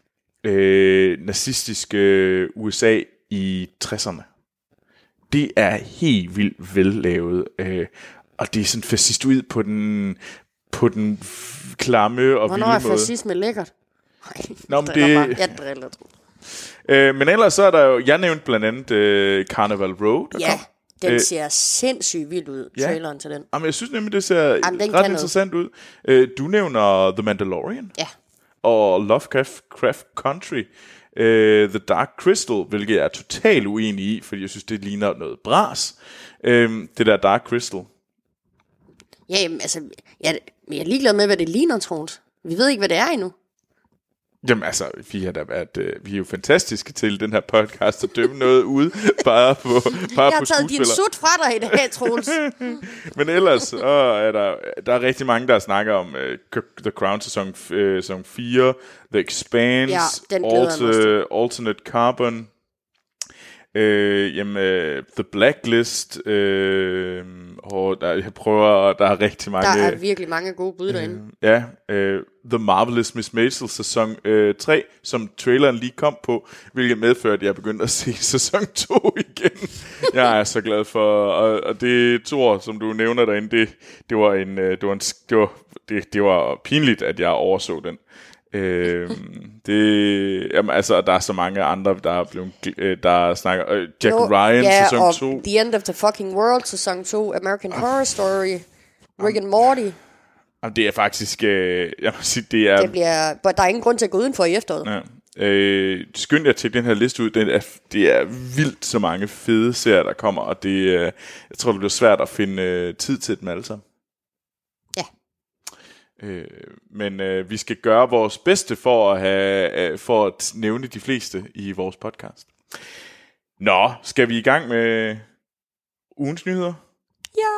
nazistiske USA i 60'erne. Det er helt vildt vellavet, og det er sådan fascistoid på den klamme og vilde måde. Hvornår er fascisme lækkert? Jeg driller. Men ellers så er der jo, jeg nævnte blandt andet Carnival Row, der kom. Den ser sindssygt vildt ud, traileren til den. Jamen, jeg synes nemlig, det ser ret interessant ud. Du nævner The Mandalorian. Ja. Og Lovecraft Country. The Dark Crystal, hvilket jeg er totalt uenig i, fordi jeg synes, det ligner noget bras. Det der Dark Crystal. Ja, jamen, altså, jeg er ligeglad med, hvad det ligner, Troels. Vi ved ikke, hvad det er endnu. Jamen altså, vi er jo fantastiske til den her podcast at dømme noget ud, bare på jeg har taget din sut fra dig i dag, Troels. Men ellers er der er rigtig mange, der snakker om The Crown sæson 4, The Expanse, Alternate Carbon, The Blacklist, der er rigtig mange. Der er virkelig mange gode bud derinde. The Marvelous Miss Maisel sæson 3, som traileren lige kom på, hvilket medførte, at jeg begyndte at se sæson 2 igen. Jeg er så glad for, og det Thor, som du nævner derinde, det var pinligt, at jeg overså den. Der er så mange andre, der snakker Jack Ryan sæson 2, The End of the Fucking World sæson 2, American Horror Story, Rick and Morty. Det er faktisk jeg må sige, det er der er ingen grund til at gå udenfor i efteråret. Skynd jer til den her liste ud. Det er vildt så mange fede serier, der kommer, og jeg tror, det bliver svært at finde tid til dem alle sammen. Ja. Men vi skal gøre vores bedste for at nævne de fleste i vores podcast. Nå, skal vi i gang med ugens nyheder? Ja.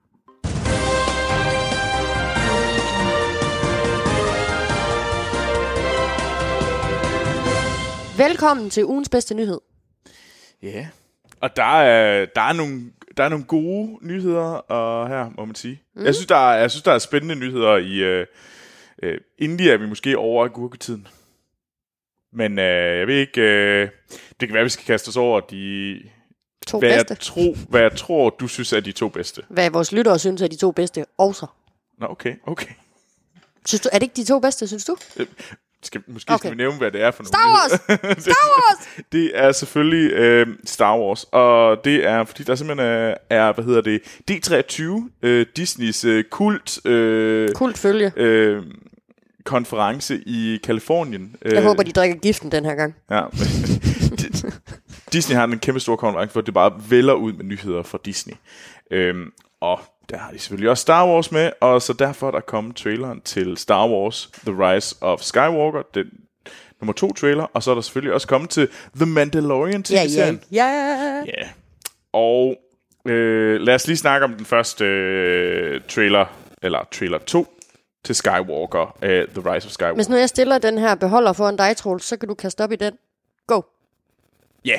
Velkommen til ugens bedste nyhed. Ja, og der er nogle gode nyheder her, må man sige. Jeg synes, der er spændende nyheder i India, er vi måske over agurketiden. Men jeg ved ikke, det kan være, vi skal kaste os over de to bedste. Hvad jeg tror, du synes er de to bedste. Hvad vores lyttere synes er de to bedste også. Nå, okay. Synes du, er det ikke de to bedste, synes du? Skal vi nævne, hvad det er for nogle Star Wars! Det er selvfølgelig Star Wars, og det er, fordi der simpelthen er D23, Disneys kultfølge konference i Kalifornien. Jeg håber, de drikker giften den her gang. Ja, Disney har en kæmpe stor konference, hvor det bare vælger ud med nyheder fra Disney. Og der har de selvfølgelig også Star Wars med, og så derfor er der kommet traileren til Star Wars The Rise of Skywalker, den nummer 2 trailer, og så er der selvfølgelig også kommet til The Mandalorian TV-serien. Ja. Og lad os lige snakke om den første trailer, eller trailer 2 til Skywalker, The Rise of Skywalker. Hvis nu jeg stiller den her beholder foran dig, Troels, så kan du kaste op i den. Go. Ja.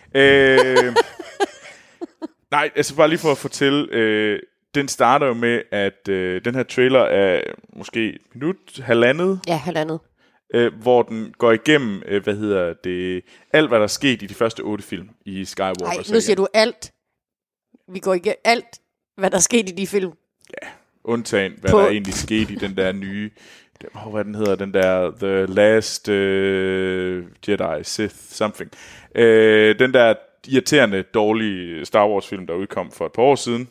Nej, altså bare lige for at fortælle, den starter jo med, at den her trailer er måske halvandet. Ja, halvandet. Hvor den går igennem, alt hvad der er sket i de første 8 film i Skywalker. Nej, nu siger du alt. Vi går igennem alt, hvad der er sket i de film. Ja, undtagen, hvad der egentlig skete i den der nye, hvad den hedder, den der The Last Jedi, Sith, something. Den der irriterende, dårlige Star Wars film, der udkom for et par år siden.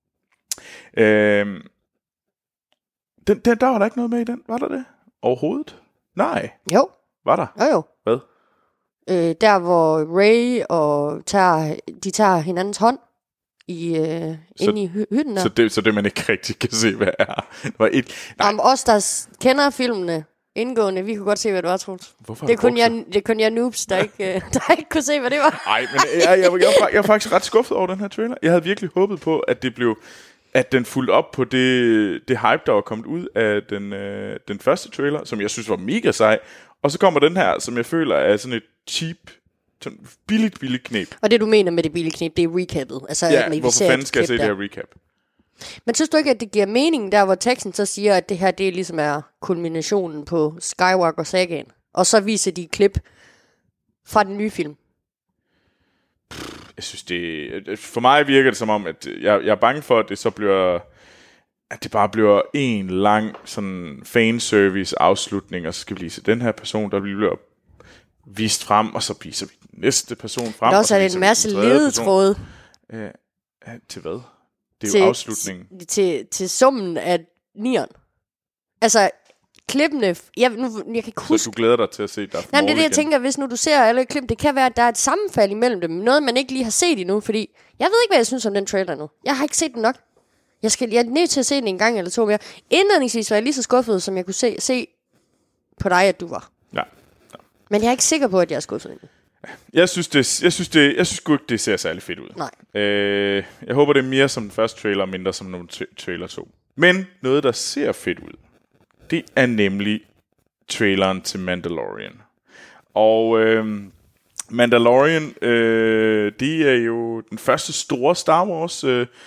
Der var der ikke noget med i den, var der det? Overhovedet? Nej. Jo. Var der? Jo. Hvad? Der hvor Rey og de tager hinandens hånd inde i hytten der. Så det man ikke rigtig kan se, hvad er. Det var os, der kender filmene, indgående. Vi kunne godt se, hvad det var, Troels. Hvorfor Det er kun jeg noobs, der ikke kunne se, hvad det var. Nej, men jeg er faktisk ret skuffet over den her trailer. Jeg havde virkelig håbet på, at den fulgte op på det hype, der var kommet ud af den første trailer, som jeg synes var mega sej. Og så kommer den her, som jeg føler er sådan et cheap, sådan billigt knep. Og det, du mener med det billige knep, det er recapet. Altså, Ja, hvorfor fanden skal jeg se det her recap? Men synes du ikke, at det giver mening, der hvor teksten så siger, at det her, det ligesom er kulminationen på Skywalker-sagaen? Og så viser de klip fra den nye film. Jeg synes, for mig virker det som om, at jeg er bange for, at det så bliver... At det bare bliver en lang sådan fanservice afslutning, og så skal vi lige se den her person, der bliver vist frem, og så viser vi den næste person frem. Der også er en masse ledetråde. Til hvad? Det er jo afslutningen. Til summen af 9'eren. Altså, klippene... Jeg kan ikke huske... Så du glæder dig til at se der? Nej, det er det, jeg tænker, hvis nu du ser alle klip, det kan være, at der er et sammenfald imellem dem. Noget, man ikke lige har set endnu, fordi... Jeg ved ikke, hvad jeg synes om den trailer nu. Jeg har ikke set den nok. Jeg er nødt til at se den en gang eller to mere. Indledningsvis var jeg lige så skuffet, som jeg kunne se på dig, at du var. Ja. Men jeg er ikke sikker på, at jeg er skuffet endnu. Jeg synes sgu ikke, det ser særlig fedt ud. Nej. Jeg håber, det er mere som den første trailer, mindre som nogle trailer 2. Men noget, der ser fedt ud, det er nemlig traileren til Mandalorian. Og Mandalorian, det er jo den første store Star Wars...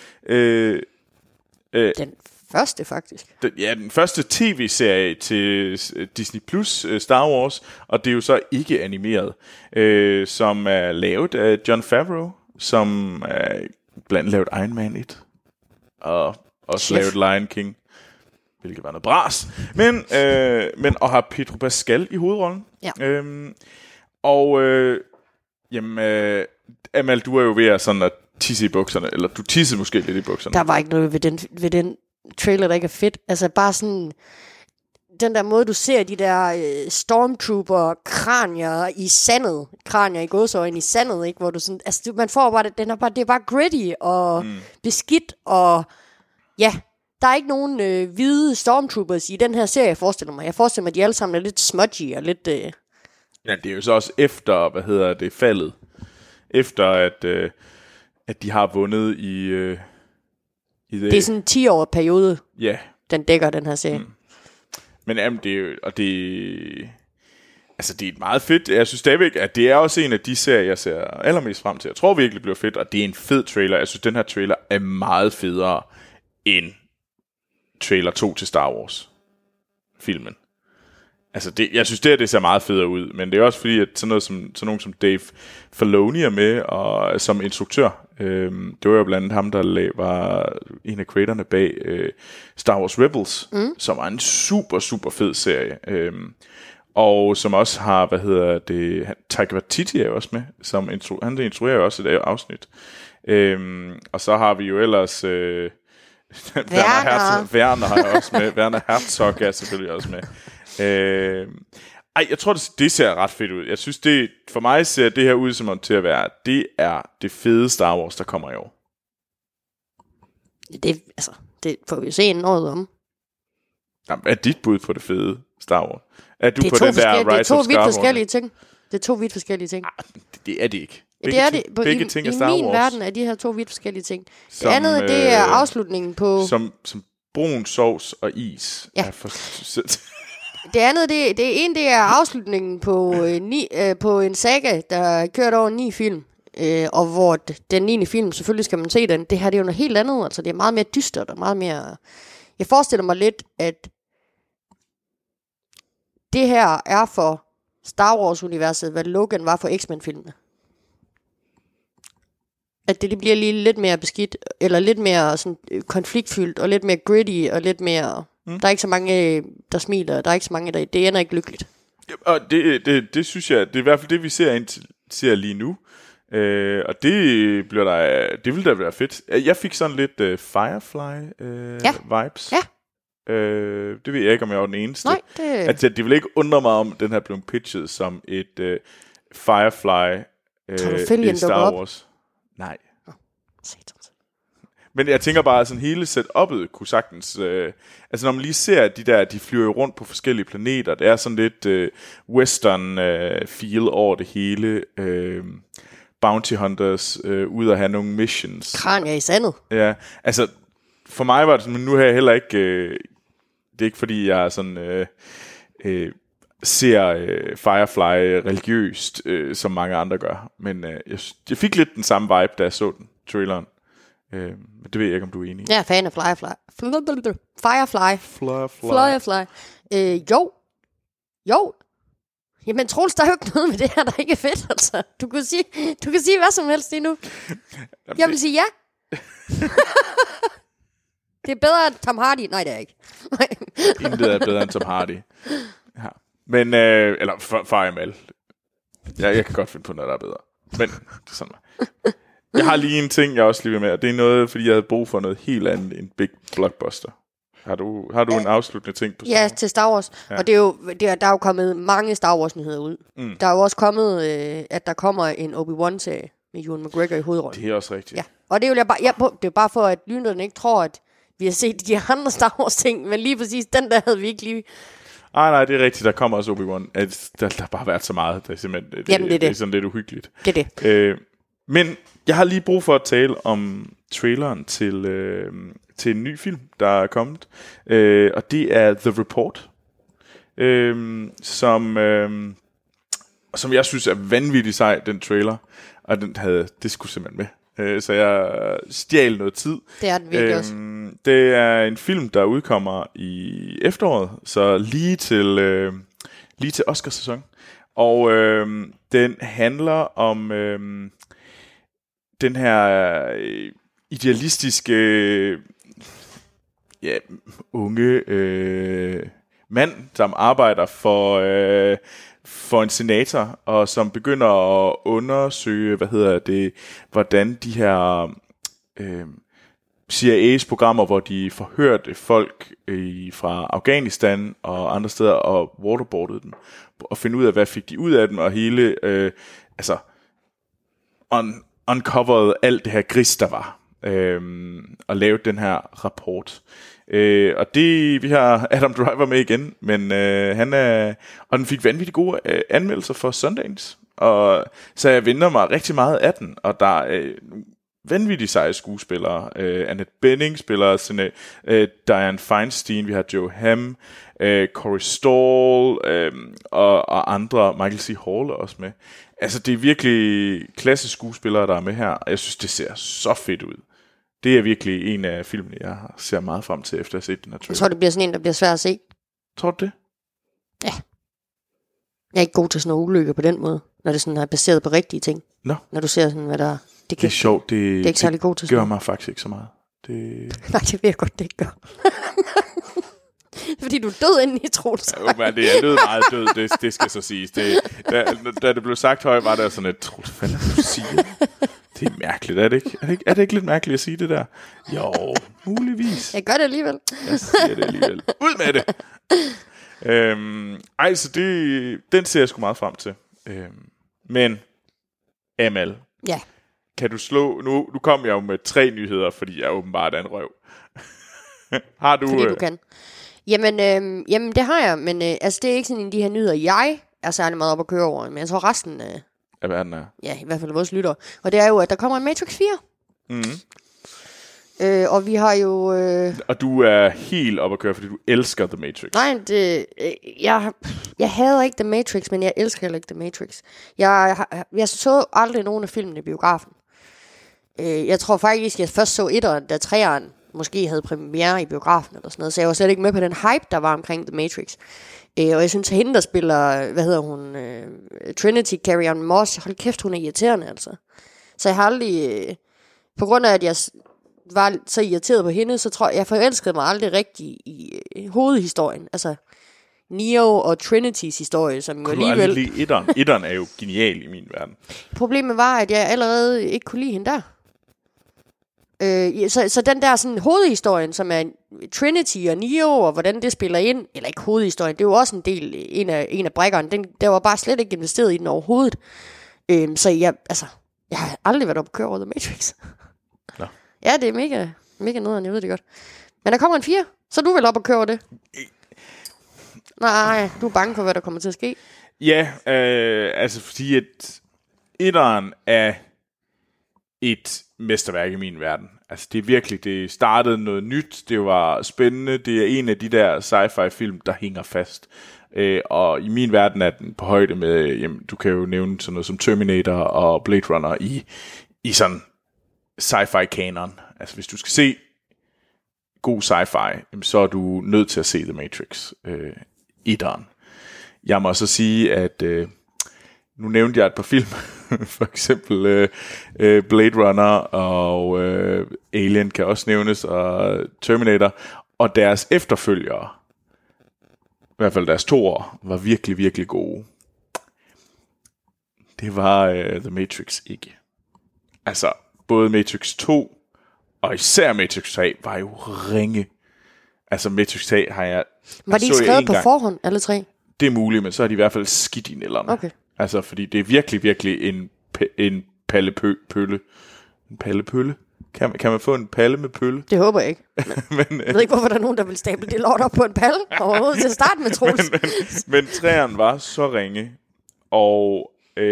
Den første, faktisk. Den første tv-serie til Disney Plus Star Wars, og det er jo så ikke animeret, som er lavet af Jon Favreau, som blandt andet lavet Iron Man 1, og også lavet Lion King, hvilket var noget bras, men og har Pedro Pascal i hovedrollen. Ja. Amal, du er jo ved at sådan at tisse i bukserne, eller du tissede måske lidt i bukserne. Der var ikke noget ved den trailer, der ikke er fedt. Altså bare sådan, den der måde, du ser de der stormtrooper kranier i sandet, kranier i gåseøjne i sandet, ikke? Hvor du sådan, altså man får bare, det er bare gritty og beskidt, og ja, der er ikke nogen hvide stormtroopers i den her serie, jeg forestiller mig. Jeg forestiller mig, at de alle sammen er lidt smudgy og lidt... Ja, det er jo så også efter, faldet. Efter at de har vundet i det er sådan en 10-årig periode, den dækker den her serie. Men jamen, det er jo, og altså det er meget fedt. Jeg synes stadigvæk, at det er også en af de serier, jeg ser allermest frem til. Jeg tror virkelig, det bliver fedt, og det er en fed trailer. Jeg synes, den her trailer er meget federe end trailer 2 til Star Wars filmen. Altså jeg synes det ser meget federe ud, men det er også fordi, at sådan nogen som Dave Filoni er med og som instruktør. Det var jo blandt andet ham, der var en af creatorerne bag Star Wars Rebels, som var en super, super fed serie. Og som også har, Taika Waititi er jo også med, han instruerer jo også et afsnit. Og så har vi jo ellers... Werner har også med. Werner Herzog er selvfølgelig også med. Jeg tror, det ser ret fedt ud. Jeg synes, for mig ser det her ud som til at være, det er det fede Star Wars, der kommer i år. Det får vi jo se en året om. Jamen, er dit bud på det fede Star Wars? Er du på den der Rise of Skywalker? Det er to vidt forskellige ting. Det er to vidt forskellige ting. Det er det ikke. Begge ting er Star Wars. I min verden er de her to vidt forskellige ting. Det andet, det er afslutningen på... Som brun sovs og is. Ja. Det andet, det er afslutningen på en saga, der kørt over 9 film. Og hvor den 9. film, selvfølgelig skal man se den. Det her, det er jo noget helt andet. Altså, det er meget mere dystert og meget mere... Jeg forestiller mig lidt, at det her er for Star Wars-universet, hvad Logan var for X-Men-filmene. At det bliver lige lidt mere beskidt, eller lidt mere sådan konfliktfyldt, og lidt mere gritty, og lidt mere... Der er ikke så mange, der smiler, der er ikke så mange, det ender ikke lykkeligt. Og det synes jeg, det er i hvert fald det, vi ser lige nu. Og det vil da være fedt. Jeg fik sådan lidt Firefly-vibes. Ja. Det ved jeg ikke, om jeg var den eneste. Nej, det vil ikke undre mig om, den her blev pitchet som et Firefly i Star Wars. Nej. Men jeg tænker bare, at sådan hele setup'et kunne sagtens... altså når man lige ser de flyver jo rundt på forskellige planeter, det er sådan lidt western feel over det hele. Bounty hunters ud at have nogle missions. Kranier i sandet. Ja, altså for mig var det sådan, men nu har jeg heller ikke... det er ikke fordi, jeg er sådan... ser Firefly religiøst, som mange andre gør. Men jeg fik lidt den samme vibe, da jeg så den, traileren. Men det ved jeg ikke, om du er enig i. Jeg er fan af Firefly. Jo. Jamen Troels, der er jo ikke noget med det her, der ikke er fedt, altså. Du kan sige hvad som helst lige nu. Jeg vil sige ja. Det er bedre end Tom Hardy. Nej, det er ikke. Intet er bedre end Tom Hardy. Ja. Men, eller Firemal. Jeg kan godt finde på noget, der er bedre. Men, det er sådan. Jeg har lige en ting, jeg også lige vil med, og det er noget, fordi jeg havde brug for noget helt andet end Big Blockbuster. Har du en afsluttende ting på sådan? Ja, til Star Wars. Ja. Og der er jo kommet mange Star Wars-nyheder ud. Der er jo også kommet, at der kommer en Obi-Wan-serie med Ewan McGregor i hovedrollen. Det er også rigtigt. Ja. Og det er jo bare for, at lytterne ikke tror, at vi har set de andre Star Wars-ting, men lige præcis den der havde vi ikke lige... Nej, det er rigtigt. Der kommer også Obi-Wan. Der har bare været så meget. Det er simpelthen det er sådan lidt uhyggeligt. Det er det. Men jeg har lige brug for at tale om traileren til en ny film, der er kommet. Og det er The Report. Som jeg synes er vanvittigt sej, den trailer. Og det skulle simpelthen med. Så jeg stjal noget tid. Det er den virkelig også. Det er en film, der udkommer i efteråret, så lige til Oscarsæson. Og den handler om den her idealistiske unge mand, som arbejder for en senator, og som begynder at undersøge, hvordan de her CIA's programmer, hvor de forhørte folk fra Afghanistan og andre steder og waterboardede dem, og finde ud af, hvad fik de ud af dem, og hele uncovered alt det her gris, der var, og lavede den her rapport. Og vi har Adam Driver med igen, men og den fik vanvittigt gode anmeldelser for Sundance, og så jeg venter mig rigtig meget af den, og der er vanvittigt seje skuespillere. Annette Bening spiller Dianne Feinstein, vi har Joe Hamm, Corey Stoll og andre. Michael C. Hall er også med. Altså det er virkelig klasse skuespillere, der er med her, og jeg synes det ser så fedt ud. Det er virkelig en af filmene, jeg ser meget frem til, efter at have set den her trailer. Jeg tror, det bliver sådan en, der bliver svær at se. Tror du det? Ja. Jeg er ikke god til sådan nogle ulykker på den måde, når det sådan er baseret på rigtige ting. Nå. Når du ser sådan, hvad der... Det er sjovt. Det er ikke særlig god til sådan. Det gør mig faktisk ikke så meget. Nej, det ved jeg godt, det ikke gør. Fordi du er død inden i Troels. Ja, men det er lød meget død, det skal så siges. Da det blev sagt højt, var der sådan et, Troels, hvad er det, du siger? Det er mærkeligt, er det ikke? Er det ikke lidt mærkeligt at sige det der? Jo, muligvis. Jeg gør det alligevel. Jeg siger det alligevel. Ud med det! Så den ser jeg sgu meget frem til. Men, Amal. Ja. Kan du slå... Nu kom jeg jo med 3 nyheder, fordi jeg åbenbart er en røv. Har du... Fordi du kan. Jamen, det har jeg, men det er ikke sådan en af de her nyheder, jeg er særlig meget op at køre over, men jeg tror resten af verden er. Ja, i hvert fald vores lyttere. Og det er jo, at der kommer en Matrix 4. Mm. Og vi har jo... Og du er helt op at køre, fordi du elsker The Matrix. Nej, jeg hader ikke The Matrix, men jeg elsker heller ikke The Matrix. Jeg så aldrig nogen af filmene i biografen. Jeg tror faktisk, jeg først så 1'eren, da 3'eren måske havde premiere i biografen eller sådan noget, så jeg var slet ikke med på den hype, der var omkring The Matrix. Og jeg synes, at hende, der spiller, hvad hedder hun, Trinity, Carrie-Anne Moss, hold kæft, hun er irriterende, altså. Så jeg har aldrig, på grund af, at jeg var så irriteret på hende, så tror jeg forelskede mig aldrig rigtig i hovedhistorien. Altså, Neo og Trinitys historie, som jo alligevel... Kunne du aldrig lide 1'eren? 1'eren er jo genial i min verden. Problemet var, at jeg allerede ikke kunne lide hende der. Så den der sådan hovedhistorien, som er Trinity og Neo, og hvordan det spiller ind, eller ikke hovedhistorien, det er jo også en del, en af brækkerne, der var bare slet ikke investeret i den overhovedet. Så jeg har aldrig været oppe at køre over The Matrix. Nå. Ja, det er mega Mega nederen, jeg ved det godt. Men der kommer en 4, så du vil op og køre det? Nej, du er bange for, hvad der kommer til at ske. Ja, altså fordi at etteren er et mesterværk i min verden. Altså det er virkelig, det startede noget nyt, det var spændende, det er en af de der sci-fi film, der hænger fast. Og i min verden er den på højde med, jamen, du kan jo nævne sådan noget som Terminator og Blade Runner i sådan sci-fi kanon. Altså hvis du skal se god sci-fi, så er du nødt til at se The Matrix etteren. Jeg må så sige, at nu nævnte jeg et par film, for eksempel Blade Runner og Alien kan også nævnes, og Terminator, og deres efterfølgere, i hvert fald deres toer, var virkelig, virkelig gode. Det var The Matrix ikke. Altså, både Matrix 2 og især Matrix 3 var jo ringe. Altså, Matrix 3 har jeg... Var de ikke skrevet på forhånd, alle tre? Det er muligt, men så er de i hvert fald skidt i nælderne. Okay. Altså, fordi det er virkelig, virkelig en pallepølle. En pallepølle? Kan man få en palle med pølle? Det håber jeg ikke. Men, jeg ved ikke, hvorfor der er nogen, der vil stable det lort op på en palle overhovedet til at starte med, Troels. men træerne var så ringe, og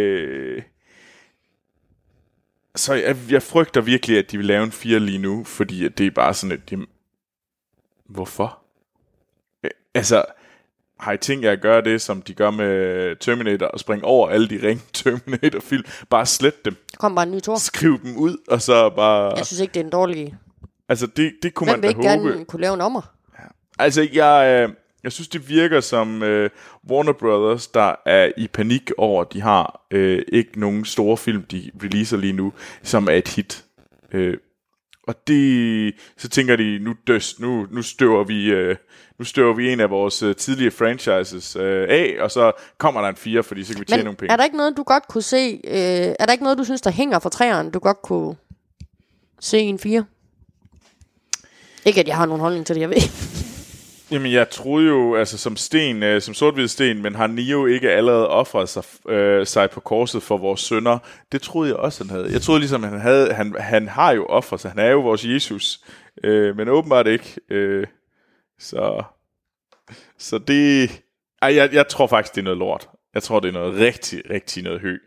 så jeg frygter virkelig, at de vil lave en 4 lige nu, fordi at det er bare sådan et... Hvorfor? Altså... Har I tænkt jer at gøre det, som de gør med Terminator, og springe over alle de ringe Terminator-film? Bare slet dem. Kom bare en ny tor. Skriv dem ud, og så bare... Jeg synes ikke, det er en dårlig... Altså, det kunne man da håbe. Hvem vil ikke gerne kunne lave en ommer? Ja. Altså, jeg synes, det virker som Warner Brothers, der er i panik over, at de har ikke nogen store film, de releaser lige nu, som er et hit. Og så tænker de, nu støver vi en af vores tidlige franchises af, og så kommer der en 4, fordi så kan vi tjene nogle penge. Er der ikke noget, du godt kunne se, er der ikke noget, du synes, der hænger fra træerne, du godt kunne se en 4? Ikke, at jeg har nogen holdning til det, jeg ved. Jamen, jeg troede jo, altså som sort-hvid sten, men har Neo ikke allerede offret sig på korset for vores sønner? Det troede jeg også, han havde. Jeg troede ligesom, han har jo offret sig. Han er jo vores Jesus. Men åbenbart ikke. Så det... Jeg tror faktisk, det er noget lort. Jeg tror, det er noget rigtig noget hø.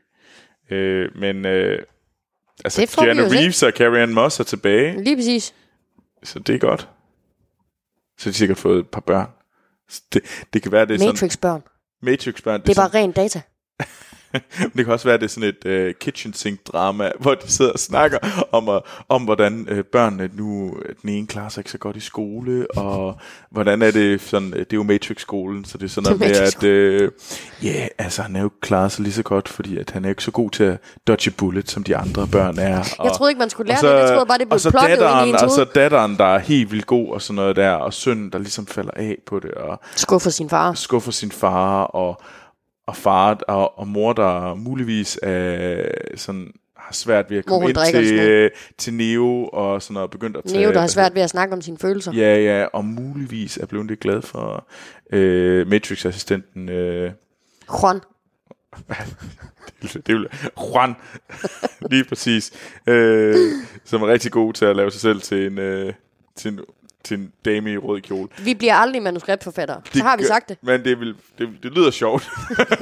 Altså, Keanu Reeves og Carrie-Anne Moss er tilbage. Lige præcis. Så det er godt. Så har de sikkert fået et par børn. Det kan være, det er Matrix-børn. Matrix-børn. Det er bare ren data. Det kan også være, det er sådan et kitchen sink drama, hvor de sidder og snakker om hvordan børnene nu, den ene klarer sig ikke så godt i skole, og hvordan er det sådan, det er jo Matrix-skolen, så det er sådan noget med, at altså han er jo ikke klaret sig lige så godt, fordi at han er ikke så god til at dodge bullet, som de andre børn er. Jeg troede ikke, man skulle lære det, jeg troede bare, det blev plottet ind i en og så datteren, der er helt vildt god, og sådan noget der, og sønnen, der ligesom falder af på det, og skuffer sin far, og far og mor, der muligvis sådan har svært ved at komme ind til Neo og sådan noget, begyndt at tage... Neo, der har svært ved at snakke om sine følelser. Ja, og muligvis er blevet lidt glad for Matrix-assistenten... Juan. det er Juan, lige præcis, som er rigtig god til at lave sig selv til en dame i rød kjole. Vi bliver aldrig manuskriptforfattere. Så har vi sagt det. Men det lyder sjovt.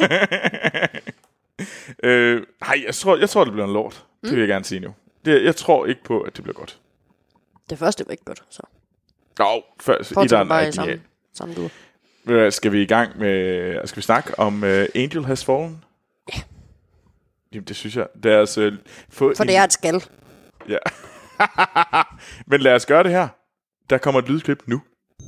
Jeg tror, det bliver en lort. Det vil jeg gerne sige nu. Jeg tror ikke på, at det bliver godt. Det første var ikke godt, så. Jo, først. Fortsæt bare i samme du. Skal vi i gang med... Skal vi snakke om Angel Has Fallen? Ja. Jamen, det synes jeg. Det er for det er et skal. Ja. Men lad os gøre det her. Der kommer et lydklip nu.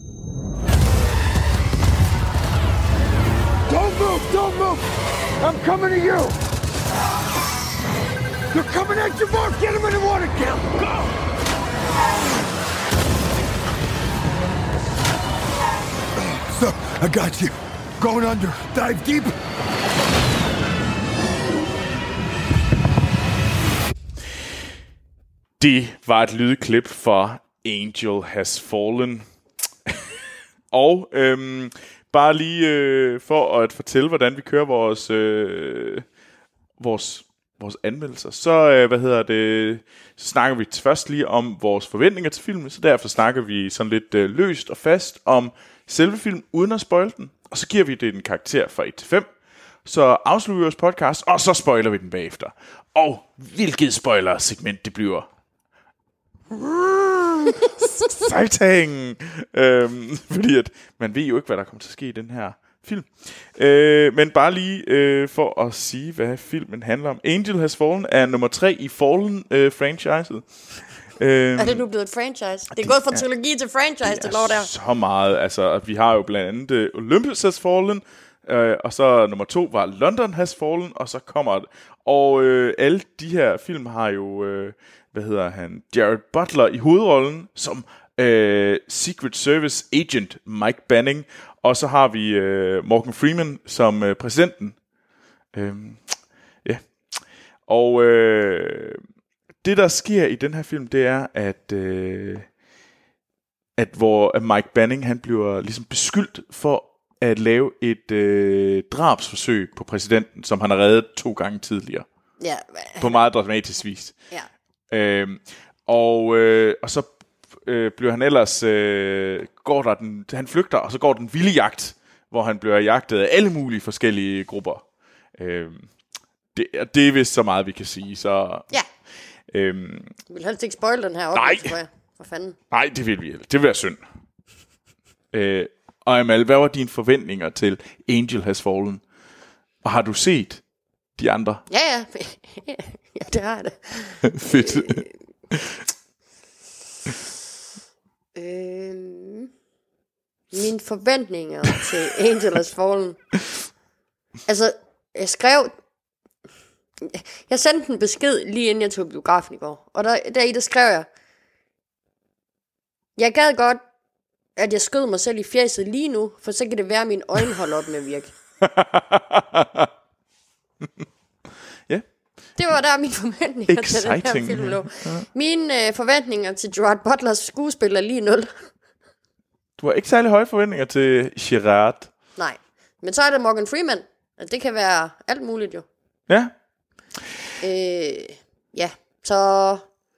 Don't move! I'm coming to you! They're coming at you, boss! Get him in the water! Get him! Go! So, I got you. Going under. Dive deep. Det var et lydklip for Angel Has Fallen. Og bare lige for at fortælle, hvordan vi kører vores vores anmeldelser, så, så snakker vi først lige om vores forventninger til filmen, så derfor snakker vi sådan lidt løst og fast om selve filmen, uden at spoile den, og så giver vi det en karakter fra 1 til 5, så afslutter vi vores podcast, og så spoiler vi den bagefter. Og hvilket spoiler-segment det bliver. Sejtang! Fordi at man ved jo ikke, hvad der kommer til at ske i den her film. Men bare lige for at sige, hvad filmen handler om. Angel Has Fallen er nummer 3 i Fallen-franchiset. Er det nu blevet et franchise? Det er gået fra trilogi til franchise, det lov der. Så meget. Altså, vi har jo blandt andet Olympus Has Fallen, og så nummer 2 var London Has Fallen, og så kommer det. Og alle de her film har jo, Jared Butler i hovedrollen, som Secret Service Agent Mike Banning, og så har vi Morgan Freeman som præsidenten. Og det der sker i den her film, det er at Mike Banning, han bliver ligesom beskyldt for at lave et drabsforsøg på præsidenten, som han har reddet 2 gange tidligere. Ja. På meget dramatisk vis. Ja. Og så bliver han ellers han flygter, og så går den vilde jagt, hvor han bliver jagtet af alle mulige forskellige grupper. Det er vist så meget vi kan sige. Så ja. Jeg vil helst ikke spoil den her oplevelse, tror jeg. For fanden. Nej, det vil vi. Det vil være synd. Og Amal, hvad var dine forventninger til Angel Has Fallen? Og har du set de andre? Ja, det har jeg da. Fedt. Mine forventninger til Angel Has Fallen. Altså, jeg sendte en besked lige inden jeg tog biografen i går. Og der skrev jeg gad godt, at jeg skød mig selv i fjeset lige nu, for så kan det være, at mine øjne holder op med at virke. Ja. Det var der mine forventninger til den her film lå. Mine forventninger til Gerard Butlers skuespil er lige 0. Du har ikke særlig høje forventninger til Gerard. Nej, men så er det Morgan Freeman. Det kan være alt muligt jo. Ja. Ja, så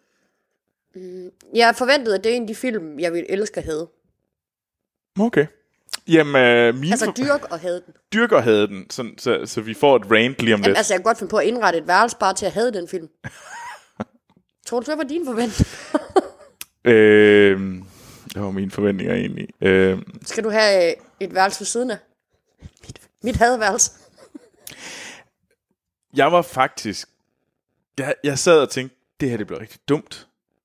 jeg forventede, at det er en af de film, jeg ville elske at have. Okay. Jamen, dyrk og havde den. Dyrk og havde den, så vi får et rant lige om lidt. Altså, jeg kan godt finde på at indrette et værelse bare til at have den film. Tror du, hvad var dine forventninger? Det var mine forventninger egentlig. Skal du have et værelse ved siden af? Mit hadeværelse. Jeg var faktisk... Jeg sad og tænkte, det her det blev rigtig dumt.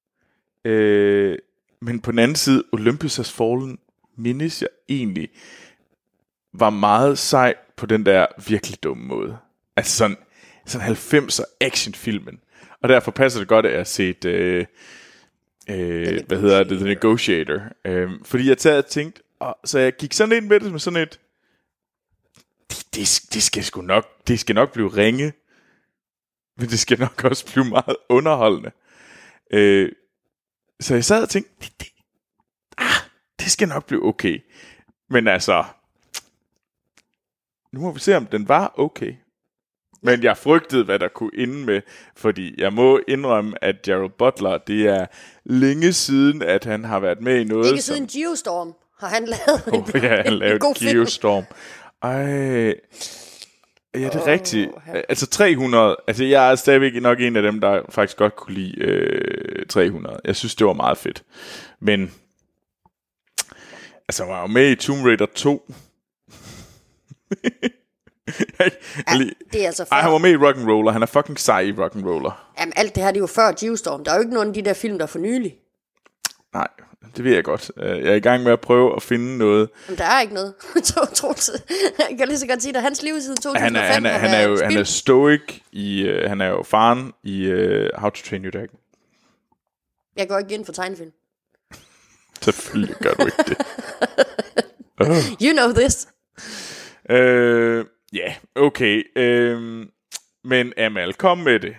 Men på den anden side, Olympus Has Fallen, mindes jeg egentlig, var meget sej på den der virkelig dumme måde. Altså sådan 90'er actionfilmen. Og derfor passer det godt, at jeg har set... The Negotiator. Fordi jeg tager og tænkte, så jeg gik sådan ind med det med sådan et... Det skal nok blive ringe, men det skal nok også blive meget underholdende. Så jeg sad og tænkte, det skal nok blive okay. Men altså, nu må vi se, om den var okay. Men jeg frygtede, hvad der kunne ende med, fordi jeg må indrømme, at Gerald Butler, det er længe siden, at han har været med i noget. Ikke siden Geostorm har han lavet han lavede Geostorm. Ja, det er rigtigt. Altså 300, altså jeg er stadigvæk nok en af dem, der faktisk godt kunne lide 300. Jeg synes, det var meget fedt. Men, altså han var jo med i Tomb Raider 2. Det er altså før. Han var med i Rock'n'Roller. Han er fucking sej i Rock'n'Roller. Jamen alt det her, det er jo før Geostorm. Der er jo ikke nogen af de der film, der er for nylig. Nej, det ved jeg godt. Jeg er i gang med at prøve at finde noget. Men der er ikke noget. Jeg kan lige så godt sige, at hans liv siden 2005 han er stoic i... han er jo faren i How to Train Your Dragon. Jeg går ikke ind for tegnefilm. Selvfølgelig gør du ikke det. You know this. Ja, okay. Men Amal, kom med det.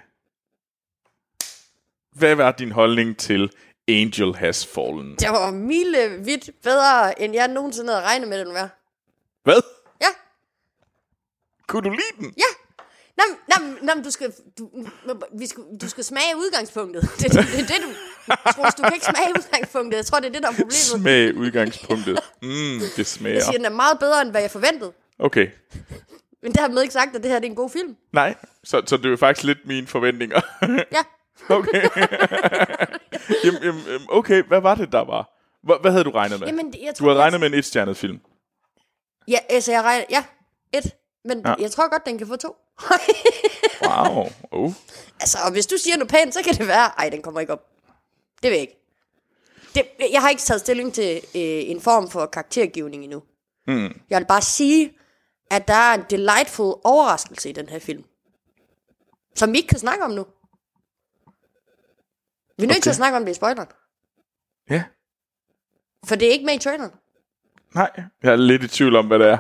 Hvad var din holdning til Angel Has Fallen? Det var vidt bedre, end jeg nogensinde havde regnet med, den var. Hvad? Ja. Kunne du lide den? Ja. Nå, du skal smage udgangspunktet. Det er det, du... Troels, du kan ikke smage udgangspunktet. Jeg tror, det er det, der er problemet. Smag udgangspunktet. Det smager. Jeg siger, den er meget bedre, end hvad jeg forventede. Okay. Men det har med ikke sagt, at det her det er en god film. Nej, så det er jo faktisk lidt mine forventninger. Ja. Okay. Jamen, okay, hvad var det, der var? Hvad havde du regnet med? Jamen, Du havde regnet med en 1-stjernet film. Ja, altså jeg regner... Ja, 1. Men jeg tror godt, den kan få 2. Wow. Altså, og hvis du siger noget pænt, så kan det være... Ej, den kommer ikke op. Det ved jeg ikke. Jeg har ikke taget stilling til en form for karaktergivning endnu. Jeg vil bare sige, at der er en delightful overraskelse i den her film, som vi ikke kan snakke om nu. Vi er nødt til at snakke om det i spoileren. Ja. For det er ikke med i traileren. Nej, jeg er lidt i tvivl om, hvad det er.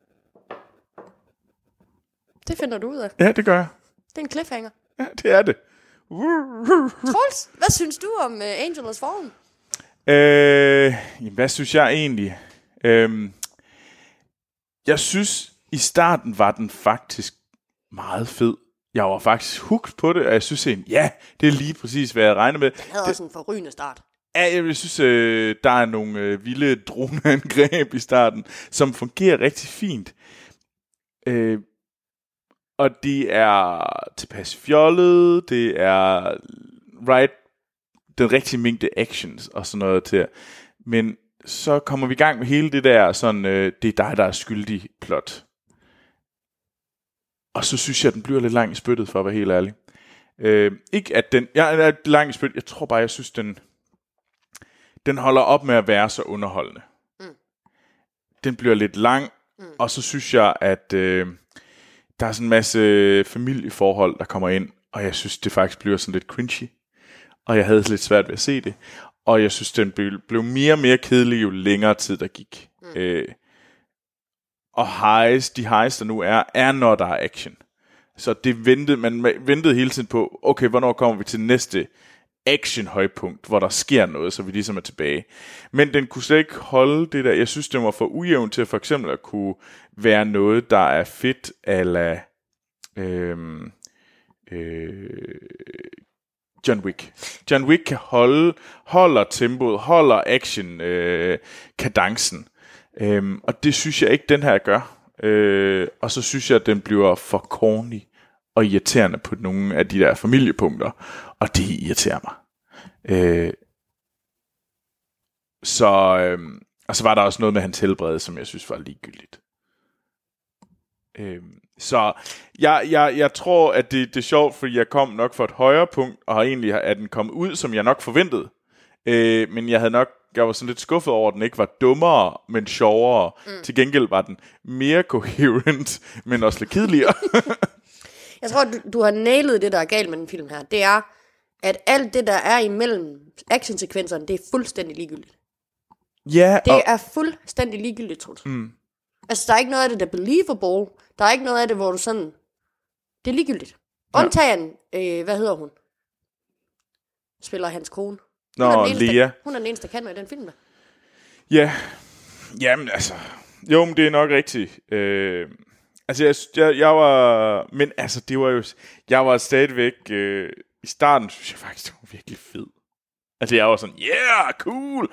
Det finder du ud af. Ja, det gør jeg. Det er en cliffhanger. Ja, det er det. Troels, hvad synes du om Angel Has Fallen? Hvad synes jeg egentlig? Jeg synes, i starten var den faktisk meget fed. Jeg var faktisk hooked på det, og jeg synes egentlig, ja, det er lige præcis, hvad jeg regner med. Den havde også en forrygende start. Ja, jeg synes, der er nogle vilde droneangreb i starten, som fungerer rigtig fint. Og det er tilpas fjollet, det er den rigtige mængde actions og sådan noget til. Men så kommer vi i gang med hele det der, sådan, det er dig, der er skyldig plot. Og så synes jeg, at den bliver lidt lang i spyttet, for at være helt ærlig. Ikke at den... Jeg er lang i spyttet. Jeg tror bare, jeg synes, den holder op med at være så underholdende. Den bliver lidt lang, og så synes jeg, at der er sådan en masse familieforhold, der kommer ind, og jeg synes, det faktisk bliver sådan lidt cringy. Og jeg havde lidt svært ved at se det. Og jeg synes, den blev mere og mere kedelig, jo længere tid der gik. Og de highs, der nu er når der er action. Så man ventede hele tiden på, okay, hvornår kommer vi til næste action-højpunkt, hvor der sker noget, så vi ligesom er tilbage. Men den kunne slet ikke holde det der. Jeg synes, den var for ujævn til for eksempel at kunne være noget, der er fedt, ala John Wick. John Wick kan holder tempoet, holder action kadencen. Og det synes jeg ikke, den her gør. Og så synes jeg, at den bliver for corny og irriterende på nogle af de der familiepunkter. Og det irriterer mig. Og så var der også noget med hans helbred, som jeg synes var ligegyldigt. Så jeg tror, at det er sjovt, fordi jeg kom nok for et højere punkt, og egentlig er den kommet ud, som jeg nok forventede. Men jeg var sådan lidt skuffet over, at den ikke var dummere, men sjovere. Til gengæld var den mere coherent, men også lidt kedeligere. Jeg tror, du har nailet det, der er galt med den film her. Det er, at alt det, der er imellem actionsekvenserne, det er fuldstændig ligegyldigt. Ja, det er fuldstændig ligegyldigt, Troels. Altså, der er ikke noget af det, der er believable. Der er ikke noget af det, hvor du sådan... Det er ligegyldigt. Undtagen, hvad hedder hun? Spiller hans kone. Lea. Hun er den eneste, der kan noget i den film, der. Ja. Jamen, altså... Jo, men det er nok rigtigt. Altså, jeg var... Men altså, det var jo... Jeg var stadigvæk... I starten synes jeg faktisk, det var virkelig fed. Altså, jeg var sådan... Yeah, cool!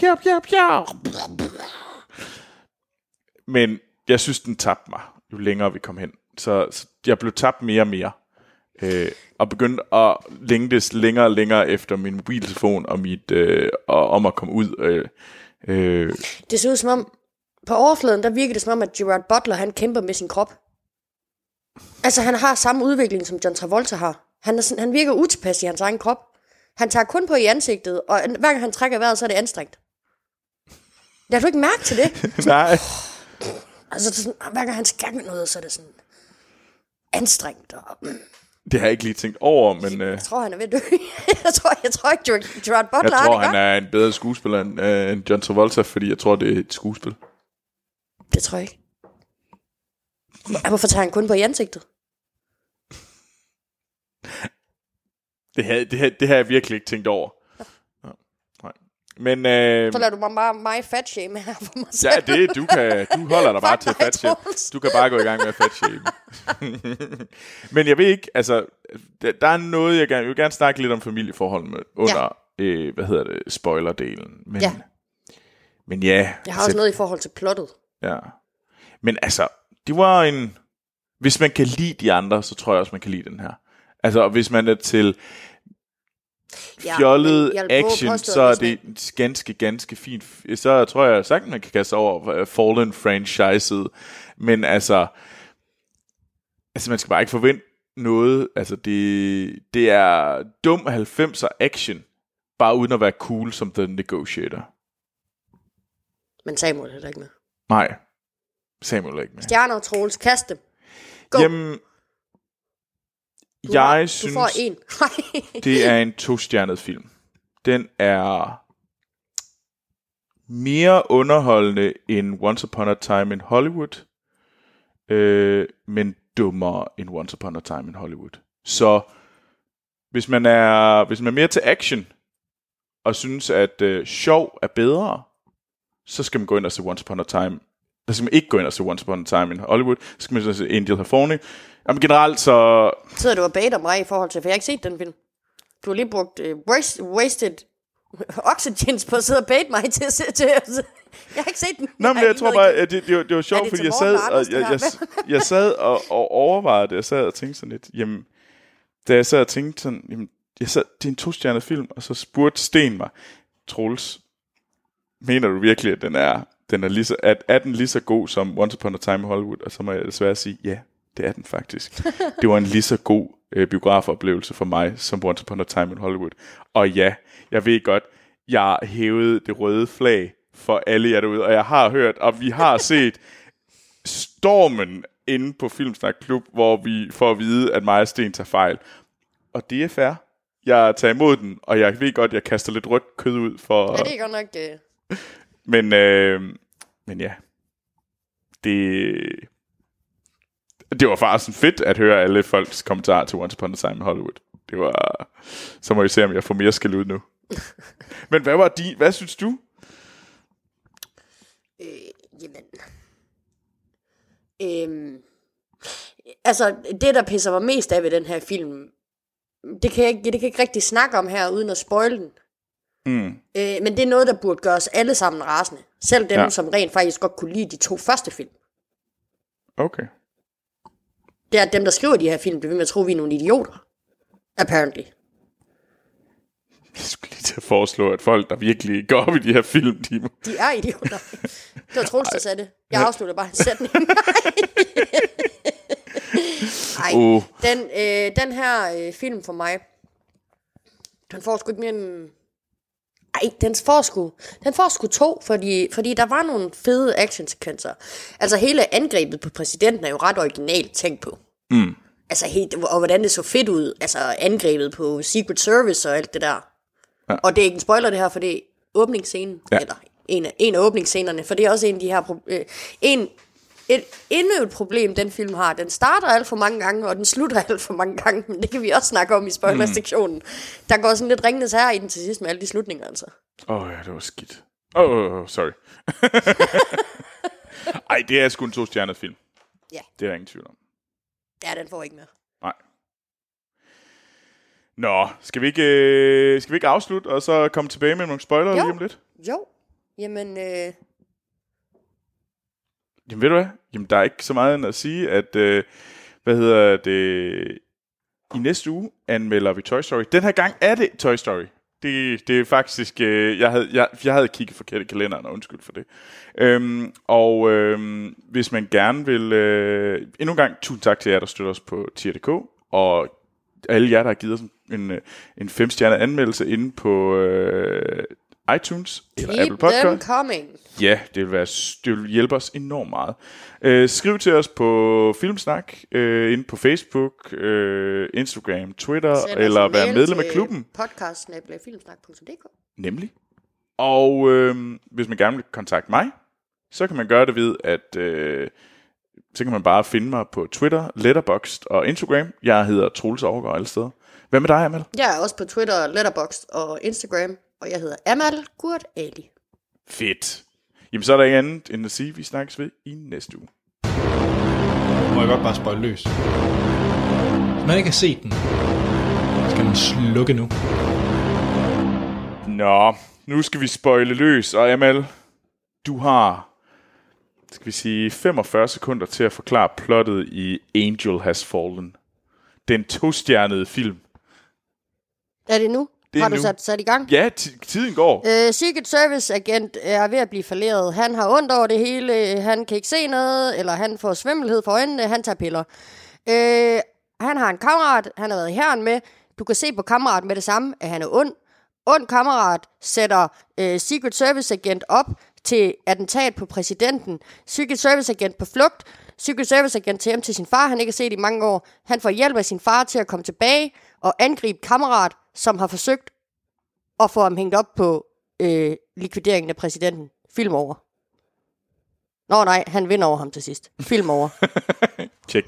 Men jeg synes, den tabte mig, jo længere vi kom hen. Så jeg blev tabt mere og mere. Og begyndte at længtes længere og længere efter min mobiltelefon og om at komme ud. Det ser ud som om, på overfladen, der virker det som om, at Gerard Butler, han kæmper med sin krop. Altså, han har samme udvikling, som John Travolta har. Han virker utilpas i hans egen krop. Han tager kun på i ansigtet, og hver gang han trækker vejret, så er det anstrengt. Har du ikke mærke til det? Nej. Altså, sådan, hver gang han skal noget, så er det sådan anstrengt. Og, Det har jeg ikke lige tænkt over, men... Jeg tror, han er ved at dø. jeg tror ikke, Gerard Butler Jeg tror, han er en bedre skuespiller end John Travolta, fordi jeg tror, det er et skuespil. Det tror jeg ikke. Hvorfor tager han kun på i ansigtet? Det har jeg virkelig ikke tænkt over. Nej. Men, så lader du mig fat-shame her for mig selv. Ja, du holder dig bare til fat-shame. Du kan bare gå i gang med fat-shame. Men jeg ved ikke, altså, der er noget, jeg vil gerne snakke lidt om familieforhold med, under, spoiler-delen. Men ja. Jeg har også noget i forhold til plottet. Ja. Men altså, det var en... Hvis man kan lide de andre, så tror jeg også, man kan lide den her. Altså, hvis man er til fjollet action, så er det ganske fint. Så tror jeg sagtens, man kan kaste over Fallen-franchiset. Men altså, man skal bare ikke forvente noget. Altså, det er dum 90'er action, bare uden at være cool som The Negotiator. Men Samuel er der ikke med. Nej, Samuel er ikke med. Stjerner og Troels, kast dem. Go. Jamen, jeg synes, du får en. det er en 2-stjernet film. Den er mere underholdende end Once Upon a Time in Hollywood, men dummere end Once Upon a Time in Hollywood. Så hvis man er mere til action, og synes, at sjov er bedre, så skal man gå ind og se Once Upon a Time. Der skal man ikke gå ind og se Once Upon a Time in Hollywood. Så skal man så se Angel of Horny. Jamen generelt så... Sidder du og bader mig i forhold til, for jeg har ikke set den film. Du har lige brugt wasted oxygens på at sidde og bade mig til. Jeg har ikke set den. Nå, men jeg tror bare, at det var sjovt, fordi jeg sad og overvejede det. Jeg sad og tænkte sådan lidt, jamen, da jeg sad og tænkte sådan, jamen, det er en 2-stjernet film, og så spurgte Sten mig, Troels, mener du virkelig, at den er lige så, er den lige så god som Once Upon a Time in Hollywood? Og så må jeg desværre sige, ja, det er den faktisk. Det var en lige så god biografoplevelse for mig som Once Upon a Time in Hollywood. Og ja, jeg ved godt, jeg hævede det røde flag for alle jer derude, og jeg har hørt, og vi har set stormen inde på Filmsnak Klub, hvor vi får at vide, at mig og Sten tager fejl. Og det er fair. Jeg tager imod den, og jeg ved godt, jeg kaster lidt rødt kød ud for... Ja, det er godt nok... Men ja, det var faktisk fedt at høre alle folks kommentarer til Once Upon a Time in Hollywood. Det var, så må vi se, om jeg får mere skæld ud nu. Men hvad synes du? Altså, det der pisser mig mest af ved den her film, det kan jeg ikke rigtig snakke om her, uden at spoil den. Men det er noget, der burde gøre os alle sammen rasende. Selv dem, som rent faktisk godt kunne lide de 2 første film. Okay. Det er dem, der skriver de her film, det vil man tro, vi er nogle idioter. Apparently. Jeg skulle lige til at foreslå, at folk, der virkelig går op i de her film, de er idioter. Det var Troels, der sagde det. Jeg afslutter bare en sætning. Den her film for mig, den får sgu ikke mere end... den får sgu 2, fordi der var nogle fede actionsekvenser. Altså hele angrebet på præsidenten er jo ret originalt tænkt på. Altså og hvordan det så fedt ud. Altså angrebet på Secret Service og alt det der. Ja. Og det er ikke en spoiler det her, for det er åbningsscenen. Ja. Eller en af åbningsscenerne. For det er også en af de her... Endnu et problem, den film har. Den starter alt for mange gange, og den slutter alt for mange gange. Men det kan vi også snakke om i spoilersektionen. Der går sådan lidt Ringenes Herre i den til sidst med alle de slutninger, altså. Ja, det var skidt. Sorry. Ej, det er sgu en 2-stjernet film. Ja. Det er der ingen tvivl om. Ja, den får ikke mere. Nej. Nå, skal vi ikke afslutte, og så komme tilbage med nogle spoilere lige om lidt? Jo. Jamen, ved du hvad? Jamen, der er ikke så meget end at sige, at, i næste uge anmelder vi Toy Story. Den her gang er det Toy Story. Det er faktisk, jeg havde kigget forkert i kalenderen, og undskyld for det. Hvis man gerne vil, endnu en gang, tusind tak til jer, der støtter os på tier.dk, og alle jer, der har givet os en 5-stjernet anmeldelse inde på iTunes eller Apple Podcast. Keep them coming. Ja, det vil hjælpe os enormt meget. Skriv til os på Filmsnak, inde på Facebook, Instagram, Twitter, eller vær medlem af klubben. podcast@filmsnak.dk. Nemlig. Og hvis man gerne vil kontakte mig, så kan man gøre det ved, at så kan man bare finde mig på Twitter, Letterboxd og Instagram. Jeg hedder Troels Overgaard alle steder. Hvad med dig, Amal? Jeg er også på Twitter, Letterboxd og Instagram. Og jeg hedder Amal Gurt Ali. Fedt. Jamen, så er der ikke andet end at sige, at vi snakkes ved i næste uge. Må jeg godt bare spoile løs. Hvis man ikke har set den, skal man slukke nu. Nå, nu skal vi spoile løs, og Amal, du har, skal vi sige, 45 sekunder til at forklare plottet i Angel Has Fallen. Den 2-stjernede film. Er det nu? Det har du nu. sat i gang? Ja, tiden går. Secret Service agent er ved at blive falderet. Han har ondt over det hele. Han kan ikke se noget, eller han får svimmelhed for øjnene. Han tager piller. Han har en kammerat, han har været i hæren med. Du kan se på kammeraten med det samme, at han er ond. Ond kammerat sætter Secret Service agent op til attentat på præsidenten. Secret Service agent på flugt. Secret Service agent hjem til sin far, han ikke har set i mange år. Han får hjælp af sin far til at komme tilbage og angribe kammerat, som har forsøgt at få ham hængt op på likvideringen af præsidenten. Film over. Nå nej, han vinder over ham til sidst. Film over. Tjek.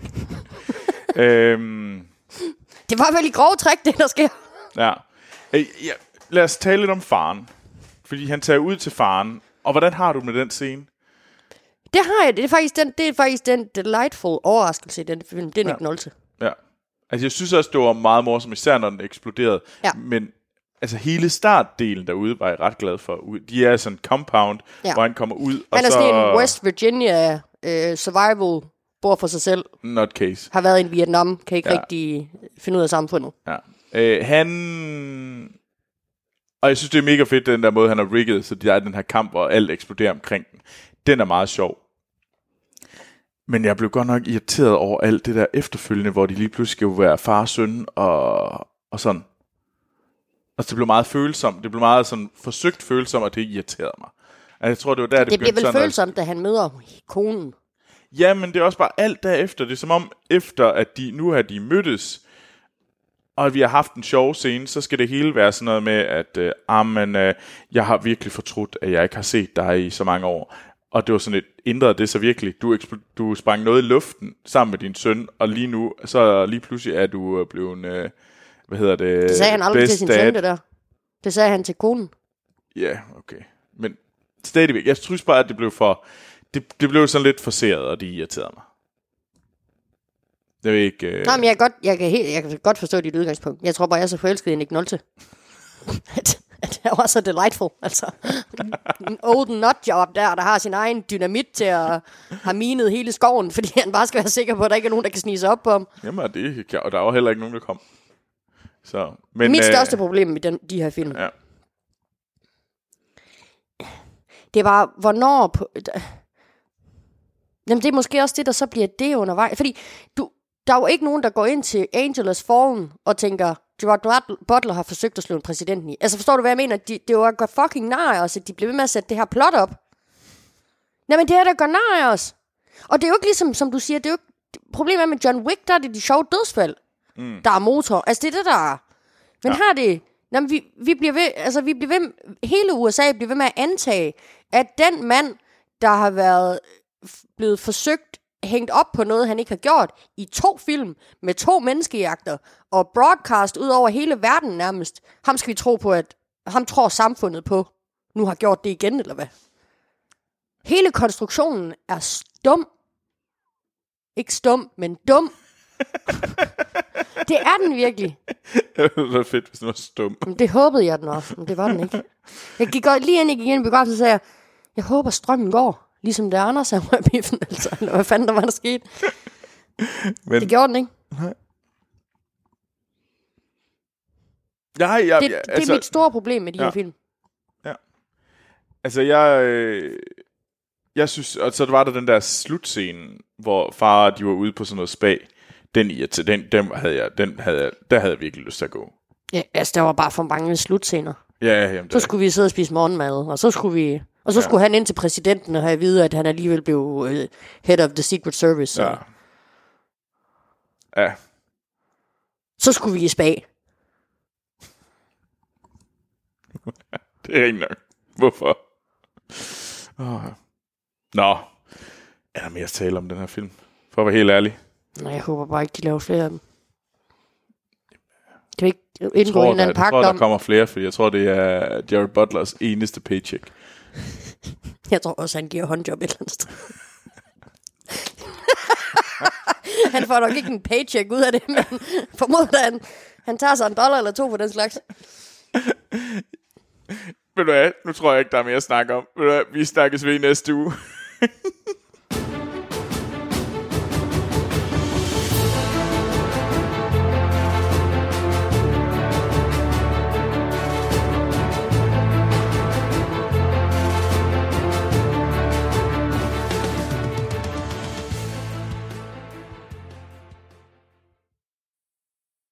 Det var vel i grove træk, det der sker. Ja. Lad os tale lidt om faren. Fordi han tager ud til faren. Og hvordan har du med den scene? Det har jeg. Det er faktisk den delightful overraskelse i den film. Det er Nick Nolte. Ja. Altså, jeg synes også, det var meget morsomt, især når den eksploderede. Ja. Men altså, hele startdelen derude var jeg ret glad for. De er sådan en compound, hvor han kommer ud. Han er sådan en West Virginia survival, bor for sig selv. Not case. Har været i Vietnam, kan ikke rigtig finde ud af samfundet. Ja. Og jeg synes, det er mega fedt, den der måde, han har rigget, så der er den her kamp, hvor alt eksploderer omkring den. Den er meget sjov. Men jeg blev godt nok irriteret over alt det der efterfølgende, hvor de lige pludselig skal være far og søn og sådan. Og det blev meget følsomt. Det blev meget sådan forsøgt følsomt, og det irriterede mig. Altså, jeg tror, det var der, det bliver vel sådan, følsomt, da han møder konen. Ja, men det er også bare alt derefter. Det er som om, efter at nu har de mødtes, og vi har haft en sjov scene, så skal det hele være sådan noget med, at jeg har virkelig fortrudt, at jeg ikke har set dig i så mange år. Og det var sådan et, ændrede det så virkelig. Du sprang noget i luften sammen med din søn, og lige nu, så lige pludselig er du blevet, Det sagde han aldrig til sin søn, det der. Det sagde han til konen. Ja, okay. Men stadigvæk, jeg synes bare, at det blev det blev sådan lidt forceret, og det irriterede mig. Det er ikke... Nej, men jeg kan godt forstå dit udgangspunkt. Jeg tror bare, jeg er så forelsket i Nick Nolte. at det var så delightful, altså. En old nutjob der har sin egen dynamit til at have minet hele skoven, fordi han bare skal være sikker på, at der ikke er nogen, der kan snige sig op på ham. Jamen, og der var heller ikke nogen, der kom. Så, men, mit største problem med de her film, ja. det er bare, hvornår... Jamen, det er måske også det, der så bliver det undervejs. Fordi der er jo ikke nogen, der går ind til Angel Has Fallen og tænker, Gerard Butler har forsøgt at slå en præsidenten i. Altså, forstår du, hvad jeg mener? Det var godt fucking nar os, at de blev ved med at sætte det her plot op. Jamen, det er der går nar os. Og det er jo ikke ligesom, som du siger, det er jo ikke... Problemet er med John Wick, der er det de sjove dødsfald. Der er motor. Altså, det er det, der er. Men her er det... Jamen, vi bliver ved... Hele USA bliver ved med at antage, at den mand, der har været blevet forsøgt hængt op på noget, han ikke har gjort, i 2 film, med 2 menneskejagter, og broadcast ud over hele verden nærmest. Ham skal vi tro på, at ham tror samfundet på, nu har gjort det igen, eller hvad? Hele konstruktionen er stum. Ikke stum, men dum. Det er den virkelig. Det var fedt, hvis den var stum. Men det håbede jeg, den også, men det var den ikke. Jeg gik lige ind i biografen, og sagde jeg håber strømmen går. Ligesom det Anders han var i biffen, altså. Eller hvad fanden der var, der skete. Men, det gjorde den, ikke? Nej. Det er mit store problem med de her film. Ja. Altså, jeg synes... Og så var der den der slutscene, hvor far de var ude på sådan noget spa. Der havde jeg virkelig lyst til at gå. Ja, altså, der var bare for mange slutscener. Ja, jamen, så skulle vi sidde og spise morgenmad, og så skulle han ind til præsidenten og have at vide, at han alligevel blev head of the Secret Service. Ja. Så skulle vi i spa. Det er ikke nok. Hvorfor? Nå. Er der mere at tale om den her film? For at være helt ærlig. Nej, jeg håber bare ikke, de laver flere af dem. Kan vi ikke indgå i en eller anden pagt jeg tror, om? der kommer flere, fordi jeg tror, det er Jared Butlers eneste paycheck. Jeg tror også, han giver håndjob et eller andet sted. Han får nok ikke en paycheck ud af det, men formoder han tager sig $1 eller 2 for den slags. Ved du hvad? Nu tror jeg ikke, der er mere at snakke om. Ved du hvad? Vi snakkes ved i næste uge.